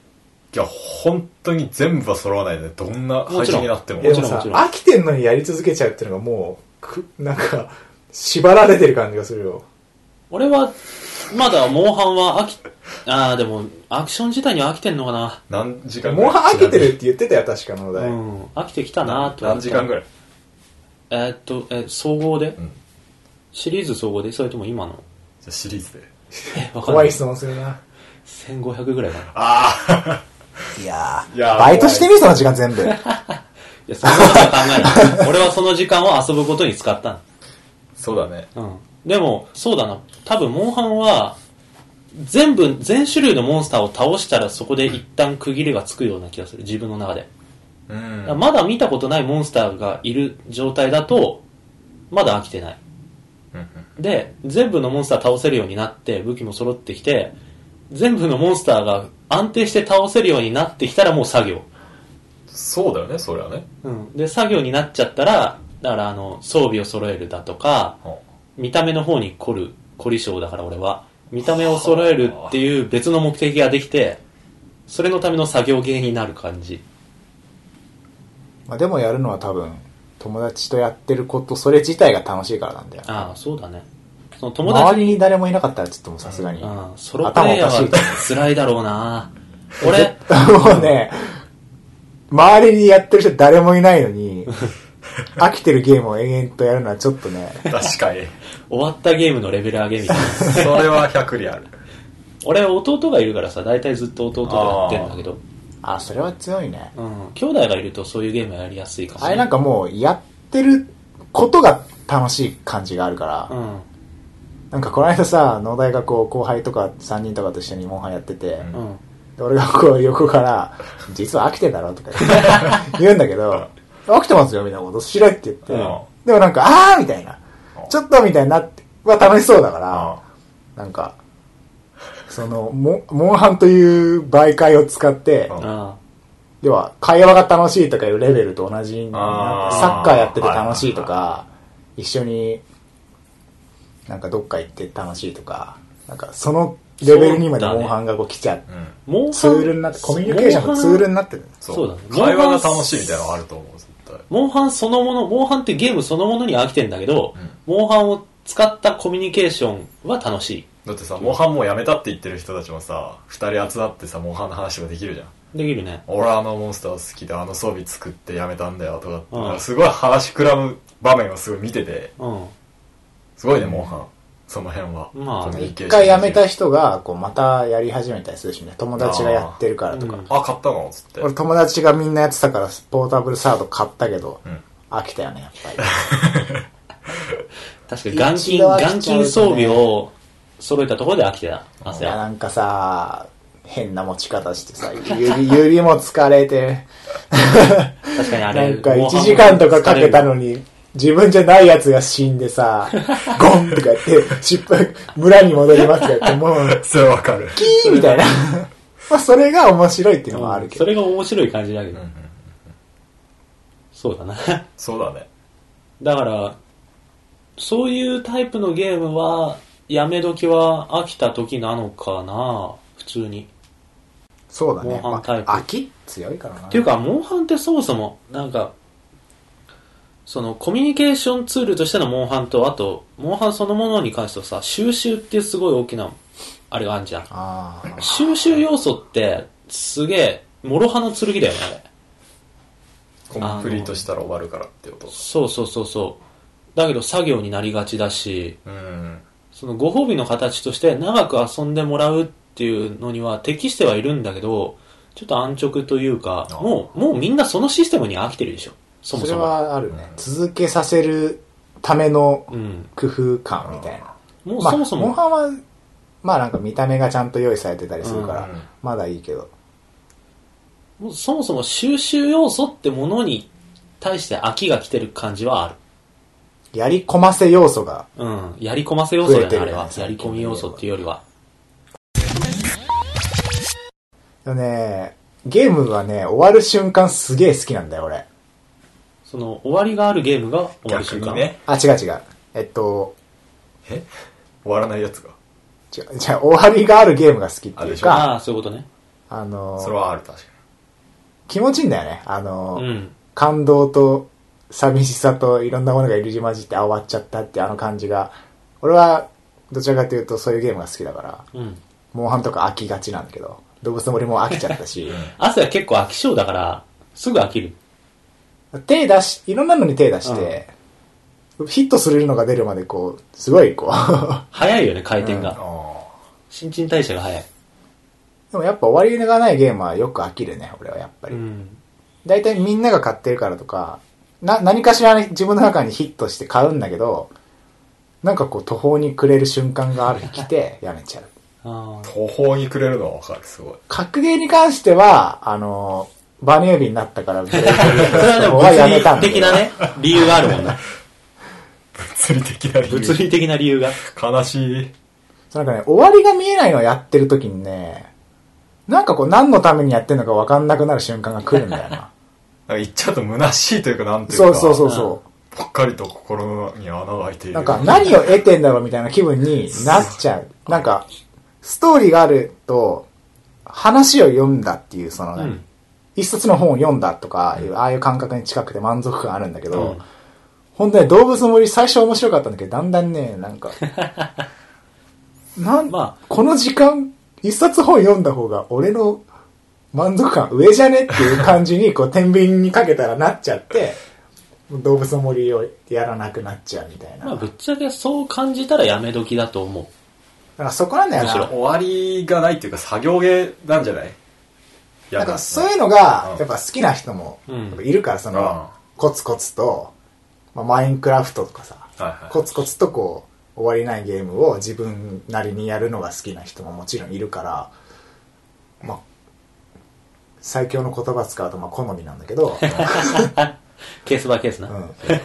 いや、本当に全部は揃わないで、どんな配置になっても。 もちろん、もちろん。飽きてんのにやり続けちゃうっていうのがもう、く、なんか、縛られてる感じがするよ。 俺は、まだ、モンハンは飽き、あーでも、アクション自体には飽きてんのかな。 何時間ぐらいモンハン飽きてるって言ってたよ、確かのお題。 うん。飽きてきたなと。 何時間ぐらいえー、っと、え、総合で、うん、シリーズ総合でそれとも今のじゃシリーズで。 え、わかんない。怖い質問するな。 せんごひゃくぐらいかな。 ああ。 いやー、いやーバイトしてみその時間全部。いや、 そんなことは考えない。俺はその時間を遊ぶことに使ったの。 そうだね。 うん。でも、そうだな。多分、モンハンは、全部、全種類のモンスターを倒したらそこで一旦区切りがつくような気がする。自分の中で。うん、まだ見たことないモンスターがいる状態だと、まだ飽きてない。で、全部のモンスター倒せるようになって、武器も揃ってきて、全部のモンスターが安定して倒せるようになってきたらもう作業。 そうだよね、それはね。 うん。で、作業になっちゃったら、だからあの、装備を揃えるだとか、見た目の方に凝る、凝り性だから俺は、見た目を揃えるっていう別の目的ができて、それのための作業芸になる感じ。 まあでもやるのは多分、友達とやってること、それ自体が楽しいからなんだよ。 ああ、そうだね。その友達周りに誰もいなかったらちょっともうさすがに。 うん、ソロプレイヤーは辛いだろうな。俺、 もうね、周りにやってる人誰もいないのに、飽きてるゲームを延々とやるのはちょっとね。 確かに。 終わったゲームのレベル上げみたいな。 それはひゃくリある。 俺弟がいるからさ、大体ずっと弟とやってるんだけど。 ああ、それは強いね。 うん。兄弟がいるとそういうゲームやりやすいかもしれない。 あれなんかもう、やってることが楽しい感じがあるから、うん、なんかこの間さ、農大がこう後輩とかさんにんとかと一緒にモンハンやってて、うん、で俺がこう横から、実は飽きてんだろとか言うんだけど、飽きてますよみたいなことしろって言って、うん、でもなんか、あーみたいな、ちょっとみたいになって、は楽しそうだから、なんか、その、モンハンという媒介を使って、要は、会話が楽しいとかいうレベルと同じになって、サッカーやってて楽しいとか、一緒になんかどっか行って楽しいとか、なんかそのレベルにまでモンハンがこう来ちゃう。うん、ツールになって、コミュニケーションのツールになってる。 そうだね。会話が楽しいみたいなのがあると思う、絶対。 モンハンそのもの、モンハンってゲームそのものに飽きてんだけど、うん、モンハンを使ったコミュニケーションは楽しい。 だってさ、モンハンもうやめたって言ってる人たちもさ、二人集まってさ、モンハンの話ができるじゃん。 できるね。 俺はあのモンスター好きであの装備作ってやめたんだよとかって、うん、すごい話膨らむ場面をすごい見てて、うん、すごいね、モンハン。その辺は。 まあ、一回やめた人が、こう、またやり始めたりするしね。友達がやってるからとか。 あ、うん、あ買ったのつって。 俺友達がみんなやってたから、ポータブルサード買ったけど、うん、飽きたよね、やっぱり。 確かに、眼筋、眼筋装備を揃えたところで飽きてた。 いや、なんかさ、変な持ち方してさ、指、指も疲れて。 確かにあれ。 なんかいちじかんとかかけたのに、自分じゃないやつが死んでさ、ゴンとかやって、失敗、村に戻りますとか言って、もう、 それわかる。 キーみたいな。まあ、それが面白いっていうのもあるけど。 うん、それが面白い感じだけど。うんうんうん、そうだな。 そうだね。 だから、そういうタイプのゲームは、やめ時は飽きた時なのかな、普通に。 そうだね。 モンハンタイプ。 まあ、飽き強いからな。 っていうか、モンハンってそもそも、なんか、そのコミュニケーションツールとしてのモンハンと、あと、モンハンそのものに関してはさ、収集っていうすごい大きな、あれがあるじゃん。あ収集要素って、すげえ、諸刃の剣だよね、あれ。 コンプリートしたら終わるからってこと。 そうそうそうそう。だけど作業になりがちだし、うん、そのご褒美の形として長く遊んでもらうっていうのには適してはいるんだけど、ちょっと安直というか、もう、もうみんなそのシステムに飽きてるでしょ。そもそも。 それはあるね。続けさせるための工夫感みたいな。 うん、もうそもそも。 モンハンは、まあなんか見た目がちゃんと用意されてたりするから、まだいいけど。 もうそもそも収集要素ってものに対して飽きが来てる感じはある。 やり込ませ要素が。 うん。やり込ませ要素だよね、あれは。やり込み要素っていうよりは。 でもね、ゲームはね、終わる瞬間すげえ好きなんだよ、俺。 その、終わりがあるゲームが終わる瞬間ね。 あ、違う違う。えっと、 え終わらないやつが違う、じゃあ終わりがあるゲームが好きっていうか。 ああ、そういうことね。 あの、 それはある、確かに。 気持ちいいんだよね。あの、 うん、 感動と寂しさといろんなものが入り混じって終わっちゃったってあの感じが、俺はどちらかというとそういうゲームが好きだから、うん、モンハンとか飽きがちなんだけど、動物の森も飽きちゃったし。 アスは結構飽き性だから、すぐ飽きる。 手出し、いろんなのに手出して、うん、ヒットするのが出るまでこう、すごいこう。 早いよね、回転が。うん、新陳代謝が早い。 でもやっぱ終わりがないゲームはよく飽きるね、俺はやっぱり。だいたいみんなが買ってるからとか、な、何かしら自分の中にヒットして買うんだけど、なんかこう途方に暮れる瞬間がある日来てやめちゃう。 途方に暮れるのはわかる、すごい。 格ゲーに関しては、あの、バネ指になったからブレイクそれはでも物理的なね、理由があるもんね。 物理的な理由。 物理的な理由が。 悲しい。 なんかね、終わりが見えないのをやってる時にね、なんかこう何のためにやってんのか分かんなくなる瞬間が来るんだよな。なんか言っちゃうと虚しいというかなんていうか。 そうそうそうそう。 ぽっかりと心に穴が開いている。 なんか何を得てんだろうみたいな気分になっちゃう。なんか、ストーリーがあると、話を読んだっていう、その、ね、うん、一冊の本を読んだとか、ああいう感覚に近くて満足感あるんだけど、うん、本当に動物の森最初面白かったんだけど、だんだんね、なんか、なん、まあ、この時間、一冊本読んだ方が俺の満足感上じゃねっていう感じに、こう、天秤にかけたらなっちゃって、動物の森をやらなくなっちゃうみたいな。 まあ、ぶっちゃけそう感じたらやめ時だと思う。 だからそこなんだよな。 終わりがないっていうか作業ゲーなんじゃない？ なんかそういうのがやっぱ好きな人もいるから、そのコツコツと、まあ、マインクラフトとかさ、はいはい、コツコツとこう終わりないゲームを自分なりにやるのが好きな人ももちろんいるから、まあ最強の言葉使うとまあ好みなんだけどケースバイケースな、うん、だ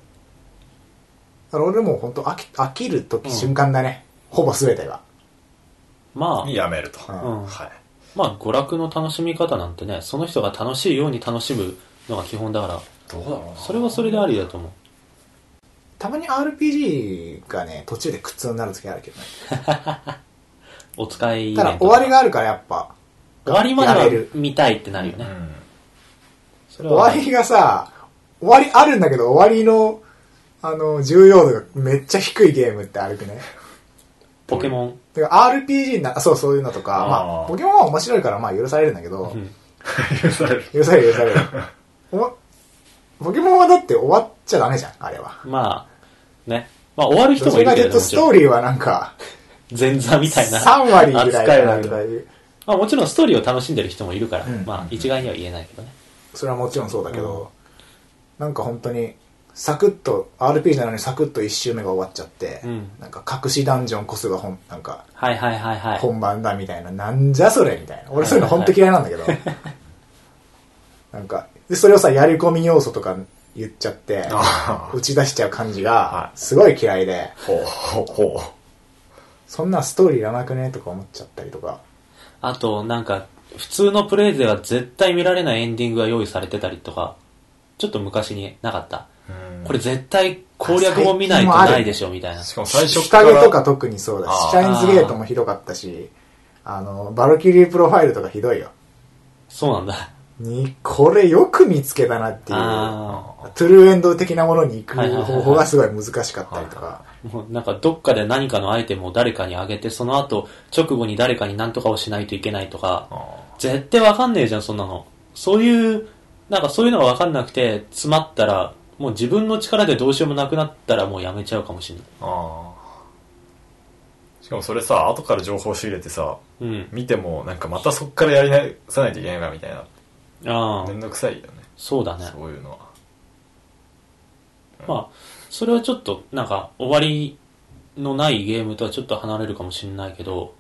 から俺も本当飽き、飽きる時瞬間だね、うん、ほぼ全てがまあにやめると、 うんうん、はい。まあ娯楽の楽しみ方なんてね、その人が楽しいように楽しむのが基本だから、 どうだろうな、 それはそれでありだと思う。 たまに アールピージー がね途中で苦痛になる時あるけどねお使いただ終わりがあるからやっぱ終わりまでは見たいってなるよね、うん、 それは終わりがさ、終わりあるんだけど終わりのあの重要度がめっちゃ低いゲームってあるくね。 ポケモン。 だから アールピージー な、そうそういうのとか、あまあ、ポケモンは面白いからまあ許されるんだけど、 許される。 許される許される。ポケモンはだって終わっちゃダメじゃん、あれは。 まあ、ね。まあ終わる人もいるけどね。 どちらかというとストーリーはなんか、 前座みたいな。 さん割ぐらいかなとかいう。 まあもちろんストーリーを楽しんでる人もいるから、うん、まあ一概には言えないけどね。 それはもちろんそうだけど、うん、なんか本当に、サクッと アールピージー なのにサクッと一周目が終わっちゃって、うん、なんか隠しダンジョンこそが本なんかはいはいはいはい本番だみたいな、なんじゃそれみたいな。俺そういうの本当嫌いなんだけど、なんかでそれをさやり込み要素とか言っちゃって打ち出しちゃう感じがすごい嫌いで、ほうほうほう、そんなストーリーいらなくねとか思っちゃったりとか。 あとなんか普通のプレイでは絶対見られないエンディングが用意されてたりとか、ちょっと昔になかった。これ絶対攻略も見ないとないでしょみたいな。 しかも最初から日陰とか特にそうだし、シャインズゲートもひどかったし、あのバルキリープロファイルとかひどいよ。 そうなんだ。 にこれよく見つけたなっていう、トゥルーエンド的なものに行く方法がすごい難しかったりとか。 もうなんかどっかで何かのアイテムを誰かにあげて、その後直後に誰かに何とかをしないといけないとか、絶対わかんねえじゃんそんなの。そういうなんかそういうのがわかんなくて詰まったら、もう自分の力でどうしようもなくなったらもうやめちゃうかもしれない。あしかもそれさ、後から情報仕入れてさ、うん、見てもなんかまたそっからやり直さないといけないなみたいな。ああ。めんどくさいよね。 そうだね。 そういうのは。 うん、まあそれはちょっとなんか終わりのないゲームとはちょっと離れるかもしれないけど、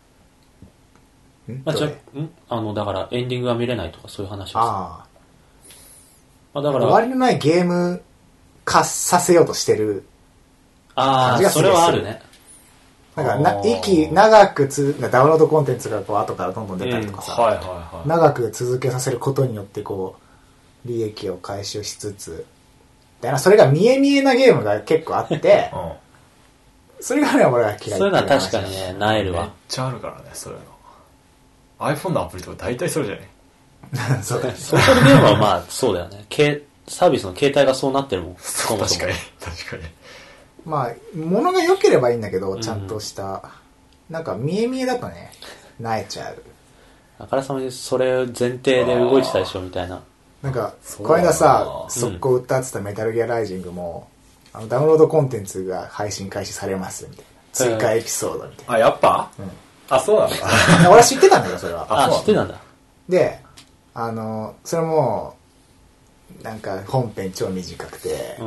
んまあ、じゃんあのだからエンディングが見れないとかそういう話をさ。ああ。 まあ、だから終わりのないゲーム化させようとしてる感じがする。 ああ、それはあるね。 なんかな息長くつダウンロードコンテンツがこう後からどんどん出たりとかさ、うんはいはいはい、長く続けさせることによってこう利益を回収しつつみたいな、それが見え見えなゲームが結構あって、うん、それがね俺は嫌い。 そういうのは確かにね、なえるわ。 めっちゃあるからね、そういうの。 iPhone のアプリとか大体それじゃないそうだね。 ソーシャルゲームはまあ、そうだよね。サービスの形態がそうなってるもん。 そう、確かに。確かに。 まあ、物が良ければいいんだけど、ちゃんとした。うん、なんか、見え見えだとね、萎えちゃう。 あからさまにそれ前提で動いてたでしょ、みたいな。 なんか、この間さ、速攻歌ってたメタルギアライジングも、うん、あのダウンロードコンテンツが配信開始されますみたいな。追加エピソードみたいな。 あ、やっぱ、うん、あ、そうなんだ。 俺は知ってたんだよ、それは。 あ、知ってたんだ。 で、あの、それも、なんか本編超短くて、うん、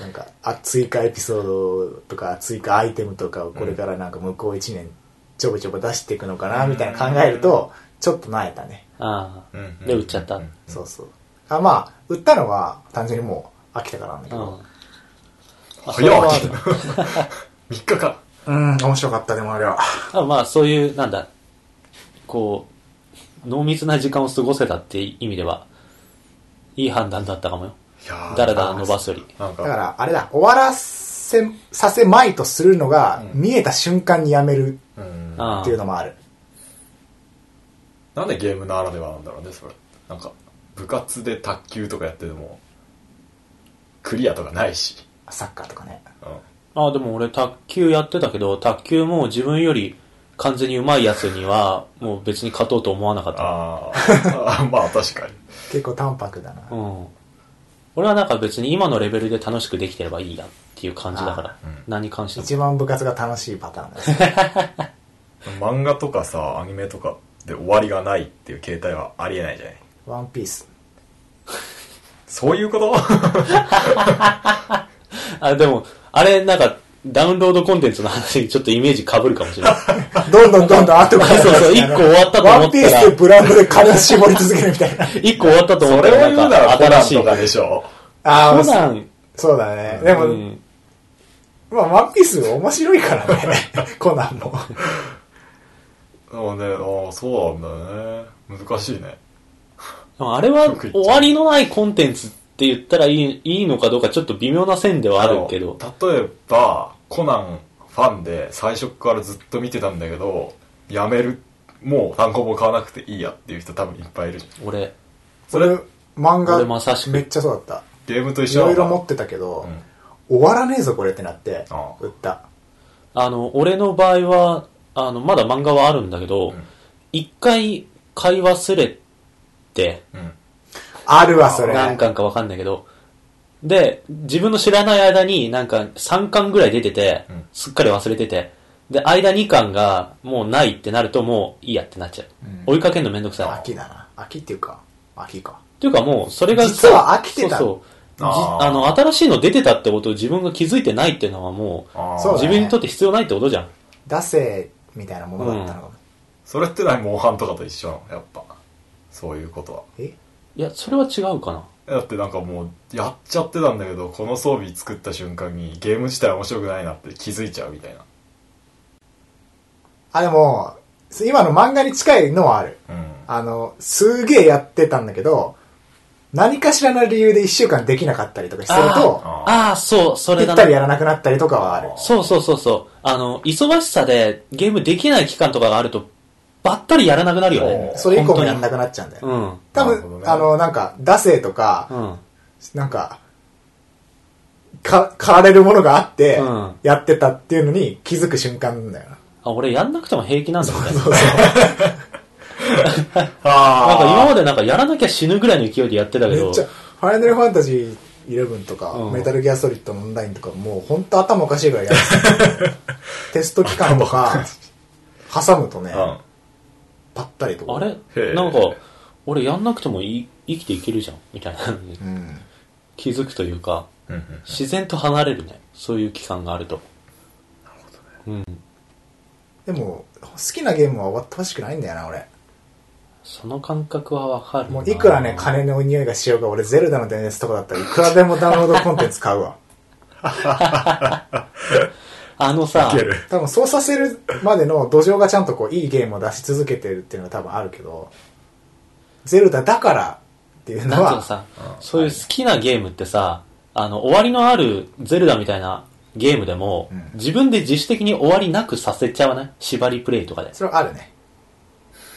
なんか、あ、追加エピソードとか、追加アイテムとかをこれからなんか向こういちねんちょぼちょぼ出していくのかな、みたいな考えると、ちょっと萎えたね。 ああ。で、売っちゃった。 そうそう。あ、まあ、売ったのは単純にもう飽きたからなんだけど。 早っみっかか。 うん、面白かった、でもあれは。 あ、まあ、そういう、なんだ、こう、濃密な時間を過ごせたって意味では、いい判断だったかもよ。だらだら伸ばすより。 だから、あれだ、終わらせ、させまいとするのが、うん、見えた瞬間にやめるっていうのもある。 なんでゲームならではなんだろうね、それ。なんか、部活で卓球とかやってても、クリアとかないし。 サッカーとかね。 うん、あ、でも俺卓球やってたけど、卓球も自分より完全に上手いやつには、もう別に勝とうと思わなかった。 ああ、まあ確かに。 結構淡白だな。 うん。俺はなんか別に今のレベルで楽しくできてればいいやっていう感じだから、うん、何に関しても。 一番部活が楽しいパターンですね。 漫画とかさ、アニメとかで終わりがないっていう形態はありえないじゃない。 ワンピース。 そういうことあ、でも、あれなんか、ダウンロードコンテンツの話にちょっとイメージ被るかもしれない。 どんどんどんどん後から。 そうそう、一個終わったと思ったら。 ワンピースってブランドで金絞り続けるみたいな。 一個終わったと思ったら。 それを言うなら新しいとかでしょ。 ああ、コナン。そうだね。でも、うん、まあ、ワンピース面白いからね。コナンも。 ああね、ああ、そうなんだね。難しいね。 あれは終わりのないコンテンツって言ったらいい、いいのかどうかちょっと微妙な線ではあるけど。 例えば、コナンファンで最初からずっと見てたんだけど、やめる、もう単行本買わなくていいやっていう人多分いっぱいいるじゃん。 俺。 それ、漫画、めっちゃそうだった。 ゲームと一緒いろいろ持ってたけど、うん、終わらねえぞこれってなって、売った。 あの、俺の場合は、あの、まだ漫画はあるんだけど、一、うん、回買い忘れて、うん、 あるわ、それ。 何巻かわかんないけど、で、自分の知らない間になんかさんかんぐらい出てて、うん、すっかり忘れてて、で、間にかんがもうないってなるともういいやってなっちゃう。うん、追いかけるのめんどくさい。 秋だな。秋っていうか、秋か。 っていうかもう、それが実は飽きてた。 そうそう。あ, あの、新しいの出てたってことを自分が気づいてないっていうのはもう、自分にとって必要ないってことじゃん。 出せ、みたいなものだったのかも、うん。 それって何、モンハンとかと一緒なのやっぱ。そういうことは。 えいや、それは違うかな。 だってなんかもう、やっちゃってたんだけど、この装備作った瞬間にゲーム自体面白くないなって気づいちゃうみたいな。 あ、でも、今の漫画に近いのはある。うん、あの、すげえやってたんだけど、何かしらの理由で一週間できなかったりとかすると、 ああ、そう、それだな。ぴったりやらなくなったりとかはある。 そうそうそうそう。あの、忙しさでゲームできない期間とかがあると、ばったりやらなくなるよね。 それ以降もやらなくなっちゃうんだよ。うん。多分、ね、あの、なんか、惰性とか、うん、なんか、か、駆られるものがあって、うん、やってたっていうのに気づく瞬間なんだよな。 あ、俺やんなくても平気なんだよね。そうそうそう。あなんか今までなんかやらなきゃ死ぬぐらいの勢いでやってたけど。めっちゃ、 ファイナルファンタジーイレブンとか、うん、メタルギアソリッドのオンラインとか、もうほんと頭おかしいぐらいやってた。テスト期間とか、挟むとね、うん、ぱったりとか。 あれなんか、俺やんなくてもい生きていけるじゃんみたいなのに、うん、気づくというか、うんうんうん、自然と離れるね。そういう期間があると。 なるほどね。 うん。でも、好きなゲームは終わってほしくないんだよな、俺。 その感覚はわかるな。 もういくらね、金の匂いがしようが、俺ゼルダの伝説とかだったらいくらでもダウンロードコンテンツ買うわ。 あのさ、 多分そうさせるまでの土壌がちゃんとこういいゲームを出し続けてるっていうのは多分あるけど、ゼルダだからっていうのは。 なんていうのさ、うん、そういう好きなゲームってさ、あの、終わりのあるゼルダみたいなゲームでも、うん、自分で自主的に終わりなくさせちゃわない？縛りプレイとかで。 それはあるね。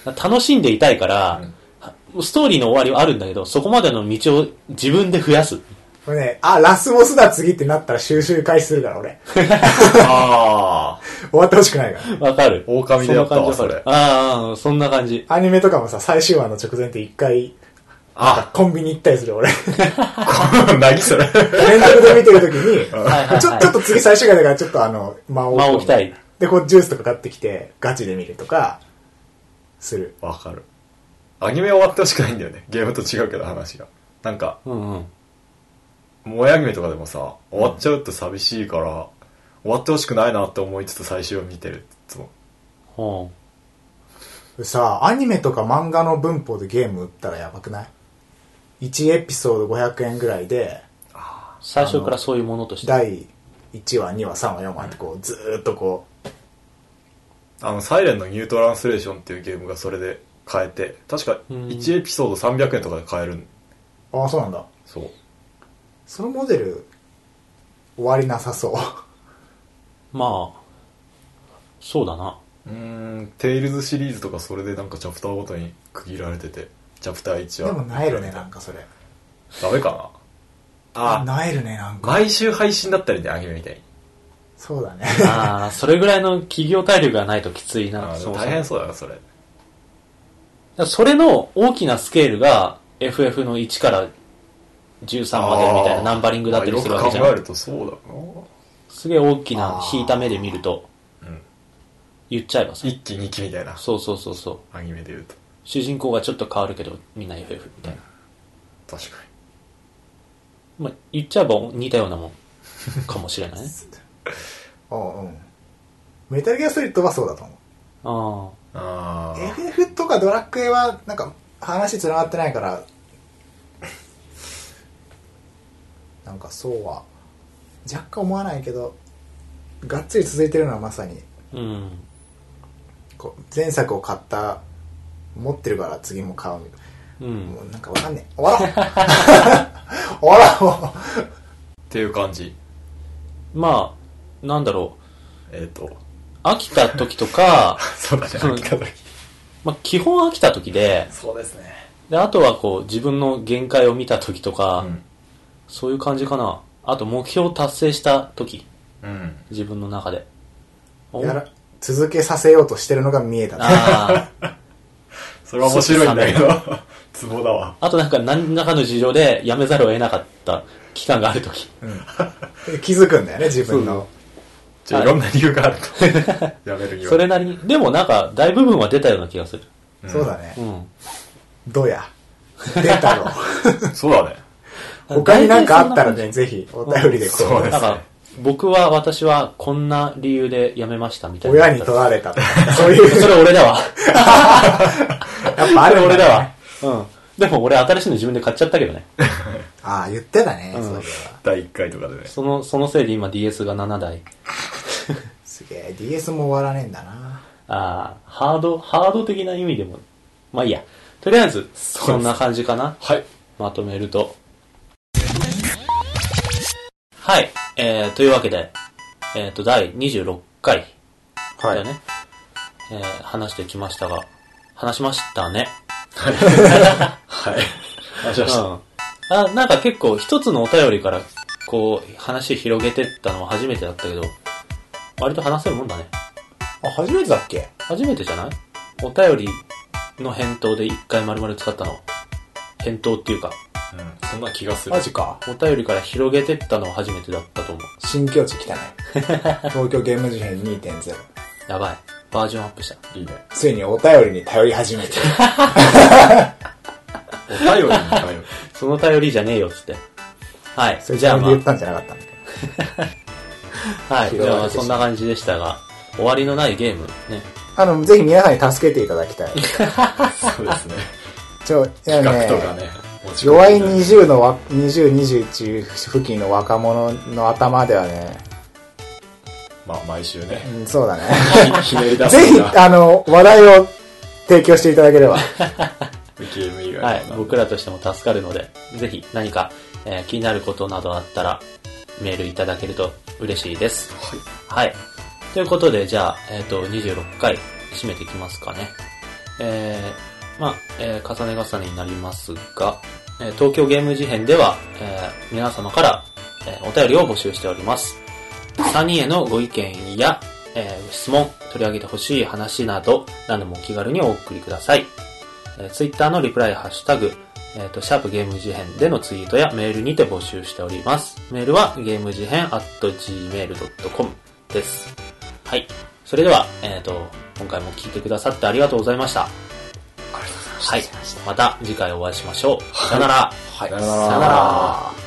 楽しんでいたいから、うん、ストーリーの終わりはあるんだけど、そこまでの道を自分で増やす。 これね、あ、ラスボスだ次ってなったら収集開始するから俺。ああ。終わってほしくないから。わかる。 狼でやったわ、それ。 ああ、そんな感じ。 アニメとかもさ、最終話の直前って一回、あコンビニ行ったりする俺。 何それ。 連続で見てるときに、ちょ、ちょっと次最終回だからちょっとあの、 魔王。魔王来たい。 で、こうジュースとか買ってきて、ガチで見るとか、する。 わかる。アニメ終わってほしくないんだよね。ゲームと違うけど話が。なんか、うんうん。萌えアニメとかでもさ、終わっちゃうと寂しいから、終わってほしくないなって思いつつ最終を見てるいつも。 ほう。さあ、アニメとか漫画の文法でゲーム売ったらやばくない ?いち エピソードごひゃくえんぐらいで、 最初からそういうものとして。 だいいちわ、にわ、さんわ、よんわってこう、ずーっとこう。 あの、サイレンのニュートランスレーションっていうゲームがそれで買えて、確かいちエピソードさんびゃくえんとかで買える。 ああ、そうなんだ。 そう。 そのモデル、終わりなさそう。 まあ、そうだな。 うーん、テイルズシリーズとかそれでなんかチャプターごとに区切られてて、チャプターいちは。 でもなえるね、なんかそれ。 ダメかなあ、なえるね、なんか。 毎週配信だったりね、アニメみたいに。 そうだね。 ああ、それぐらいの企業体力がないときついな。 そう大変そうだよ、それ。 それの大きなスケールが エフエフ のいちからじゅうさんまでみたいなナンバリングだったりするわけじゃん。 よく考えるとそうだな。 すげえ大きな引いた目で見ると、うん、言っちゃえばさ。 一期二期みたいな。 そうそうそうそう。 アニメで言うと。 主人公がちょっと変わるけど、みんな エフエフ みたいな。 確かに。まあ、言っちゃえば似たようなもんかもしれないね。 ああ、うん。メタルギアソリッドはそうだと思う。 ああ。 エフエフ とかドラクエは、なんか、話繋がってないから、なんかそうは、若干思わないけど、がっつり続いてるのはまさに、 うん、 こう前作を買った、持ってるから次も買うみたいな。うん、もうなんかわかんねえ。終わろう終わろうっていう感じ。 まあ、なんだろう。えっ、ー、と。 飽きた時とか、 そうだね、飽きた時。 まあ、基本飽きた時で、 そうですね。 で、あとはこう、自分の限界を見た時とか、うん、そういう感じかな。あと、目標を達成した時。うん、自分の中で。 やら、続けさせようとしてるのが見えたね。ああ。それは面白いんだけど、ツボだわ。 あとなんか何らかの事情でやめざるを得なかった期間がある時。 うん、気づくんだよね、自分の。 じゃあいろんな理由があると。やめるには。 それなりに。でもなんか、大部分は出たような気がする。 うん、そうだね。うん。どうや。出たろ。 そうだね。 他になんかあったらね、ぜひお便りでこう。 そうですね。 僕は、私はこんな理由で辞めましたみたいな。 親に取られたとか。そういう。 それ俺だわ。 やっぱある、ね、 俺だわ。うん。でも俺新しいの自分で買っちゃったけどね。 ああ、言ってたね、うん、そういえば。 だいいっかいとかでね。 その、そのせいで今 ディーエス がななだい。 すげえ、ディーエス も終わらねえんだな。 ああ、ハード、ハード的な意味でも。まあいいや。とりあえず、そんな感じかな。 はい。 まとめると。はい。えー、というわけで、えっと、だいにじゅうろっかいだよね。はい、えー、話してきましたが、話しましたね。 はい。話しました。うん。 あ、なんか結構一つのお便りから、こう、話広げてったのは初めてだったけど、割と話せるもんだね。 あ、初めてだっけ？ 初めてじゃない？お便りの返答で一回丸々使ったの。返答っていうか。 うん、そんな気がする。 マジか。 お便りから広げてったのは初めてだったと思う。 新境地来たね。東京ゲーム事変 にてんゼロ。 やばい。バージョンアップした。 いいね。 ついにお便りに頼り始めてる。 お便りに頼る。 その頼りじゃねえよっつって。はい。 それじゃあ、まあ、言ったんじゃなかったんだけど。はい。じゃあそんな感じでしたが、終わりのないゲームね。 あの、ぜひ皆さんに助けていただきたい。 そうですね。 ちょ、いやね。 企画とかね。 弱いにじゅうの、にじゅう、にじゅういち付近の若者の頭ではね。 まあ、毎週ね。 うん、そうだね。 ひねり出すぜひ、あの、話題を提供していただければ。 ゲーム以外はい。僕らとしても助かるので、ぜひ何か、えー、気になることなどあったら、メールいただけると嬉しいです。 はい。 はい。ということで、じゃあ、えっと、にじゅうろっかい、締めていきますかね。 えー、まあ、えー、重ね重ねになりますが、えー、東京ゲーム事変では、えー、皆様から、えー、お便りを募集しております。さんにんへのご意見や、えー、質問、取り上げてほしい話など、何でもお気軽にお送りください。えー、ツイッターのリプライハッシュタグ、えっと、シャープゲーム事変でのツイートやメールにて募集しております。メールはゲーム事変 アットジーメールドットコム です。はい。それでは、えっと、今回も聞いてくださってありがとうございました。 ありがとうございました。 はい。また次回お会いしましょう。さよなら。 はい。 さよなら。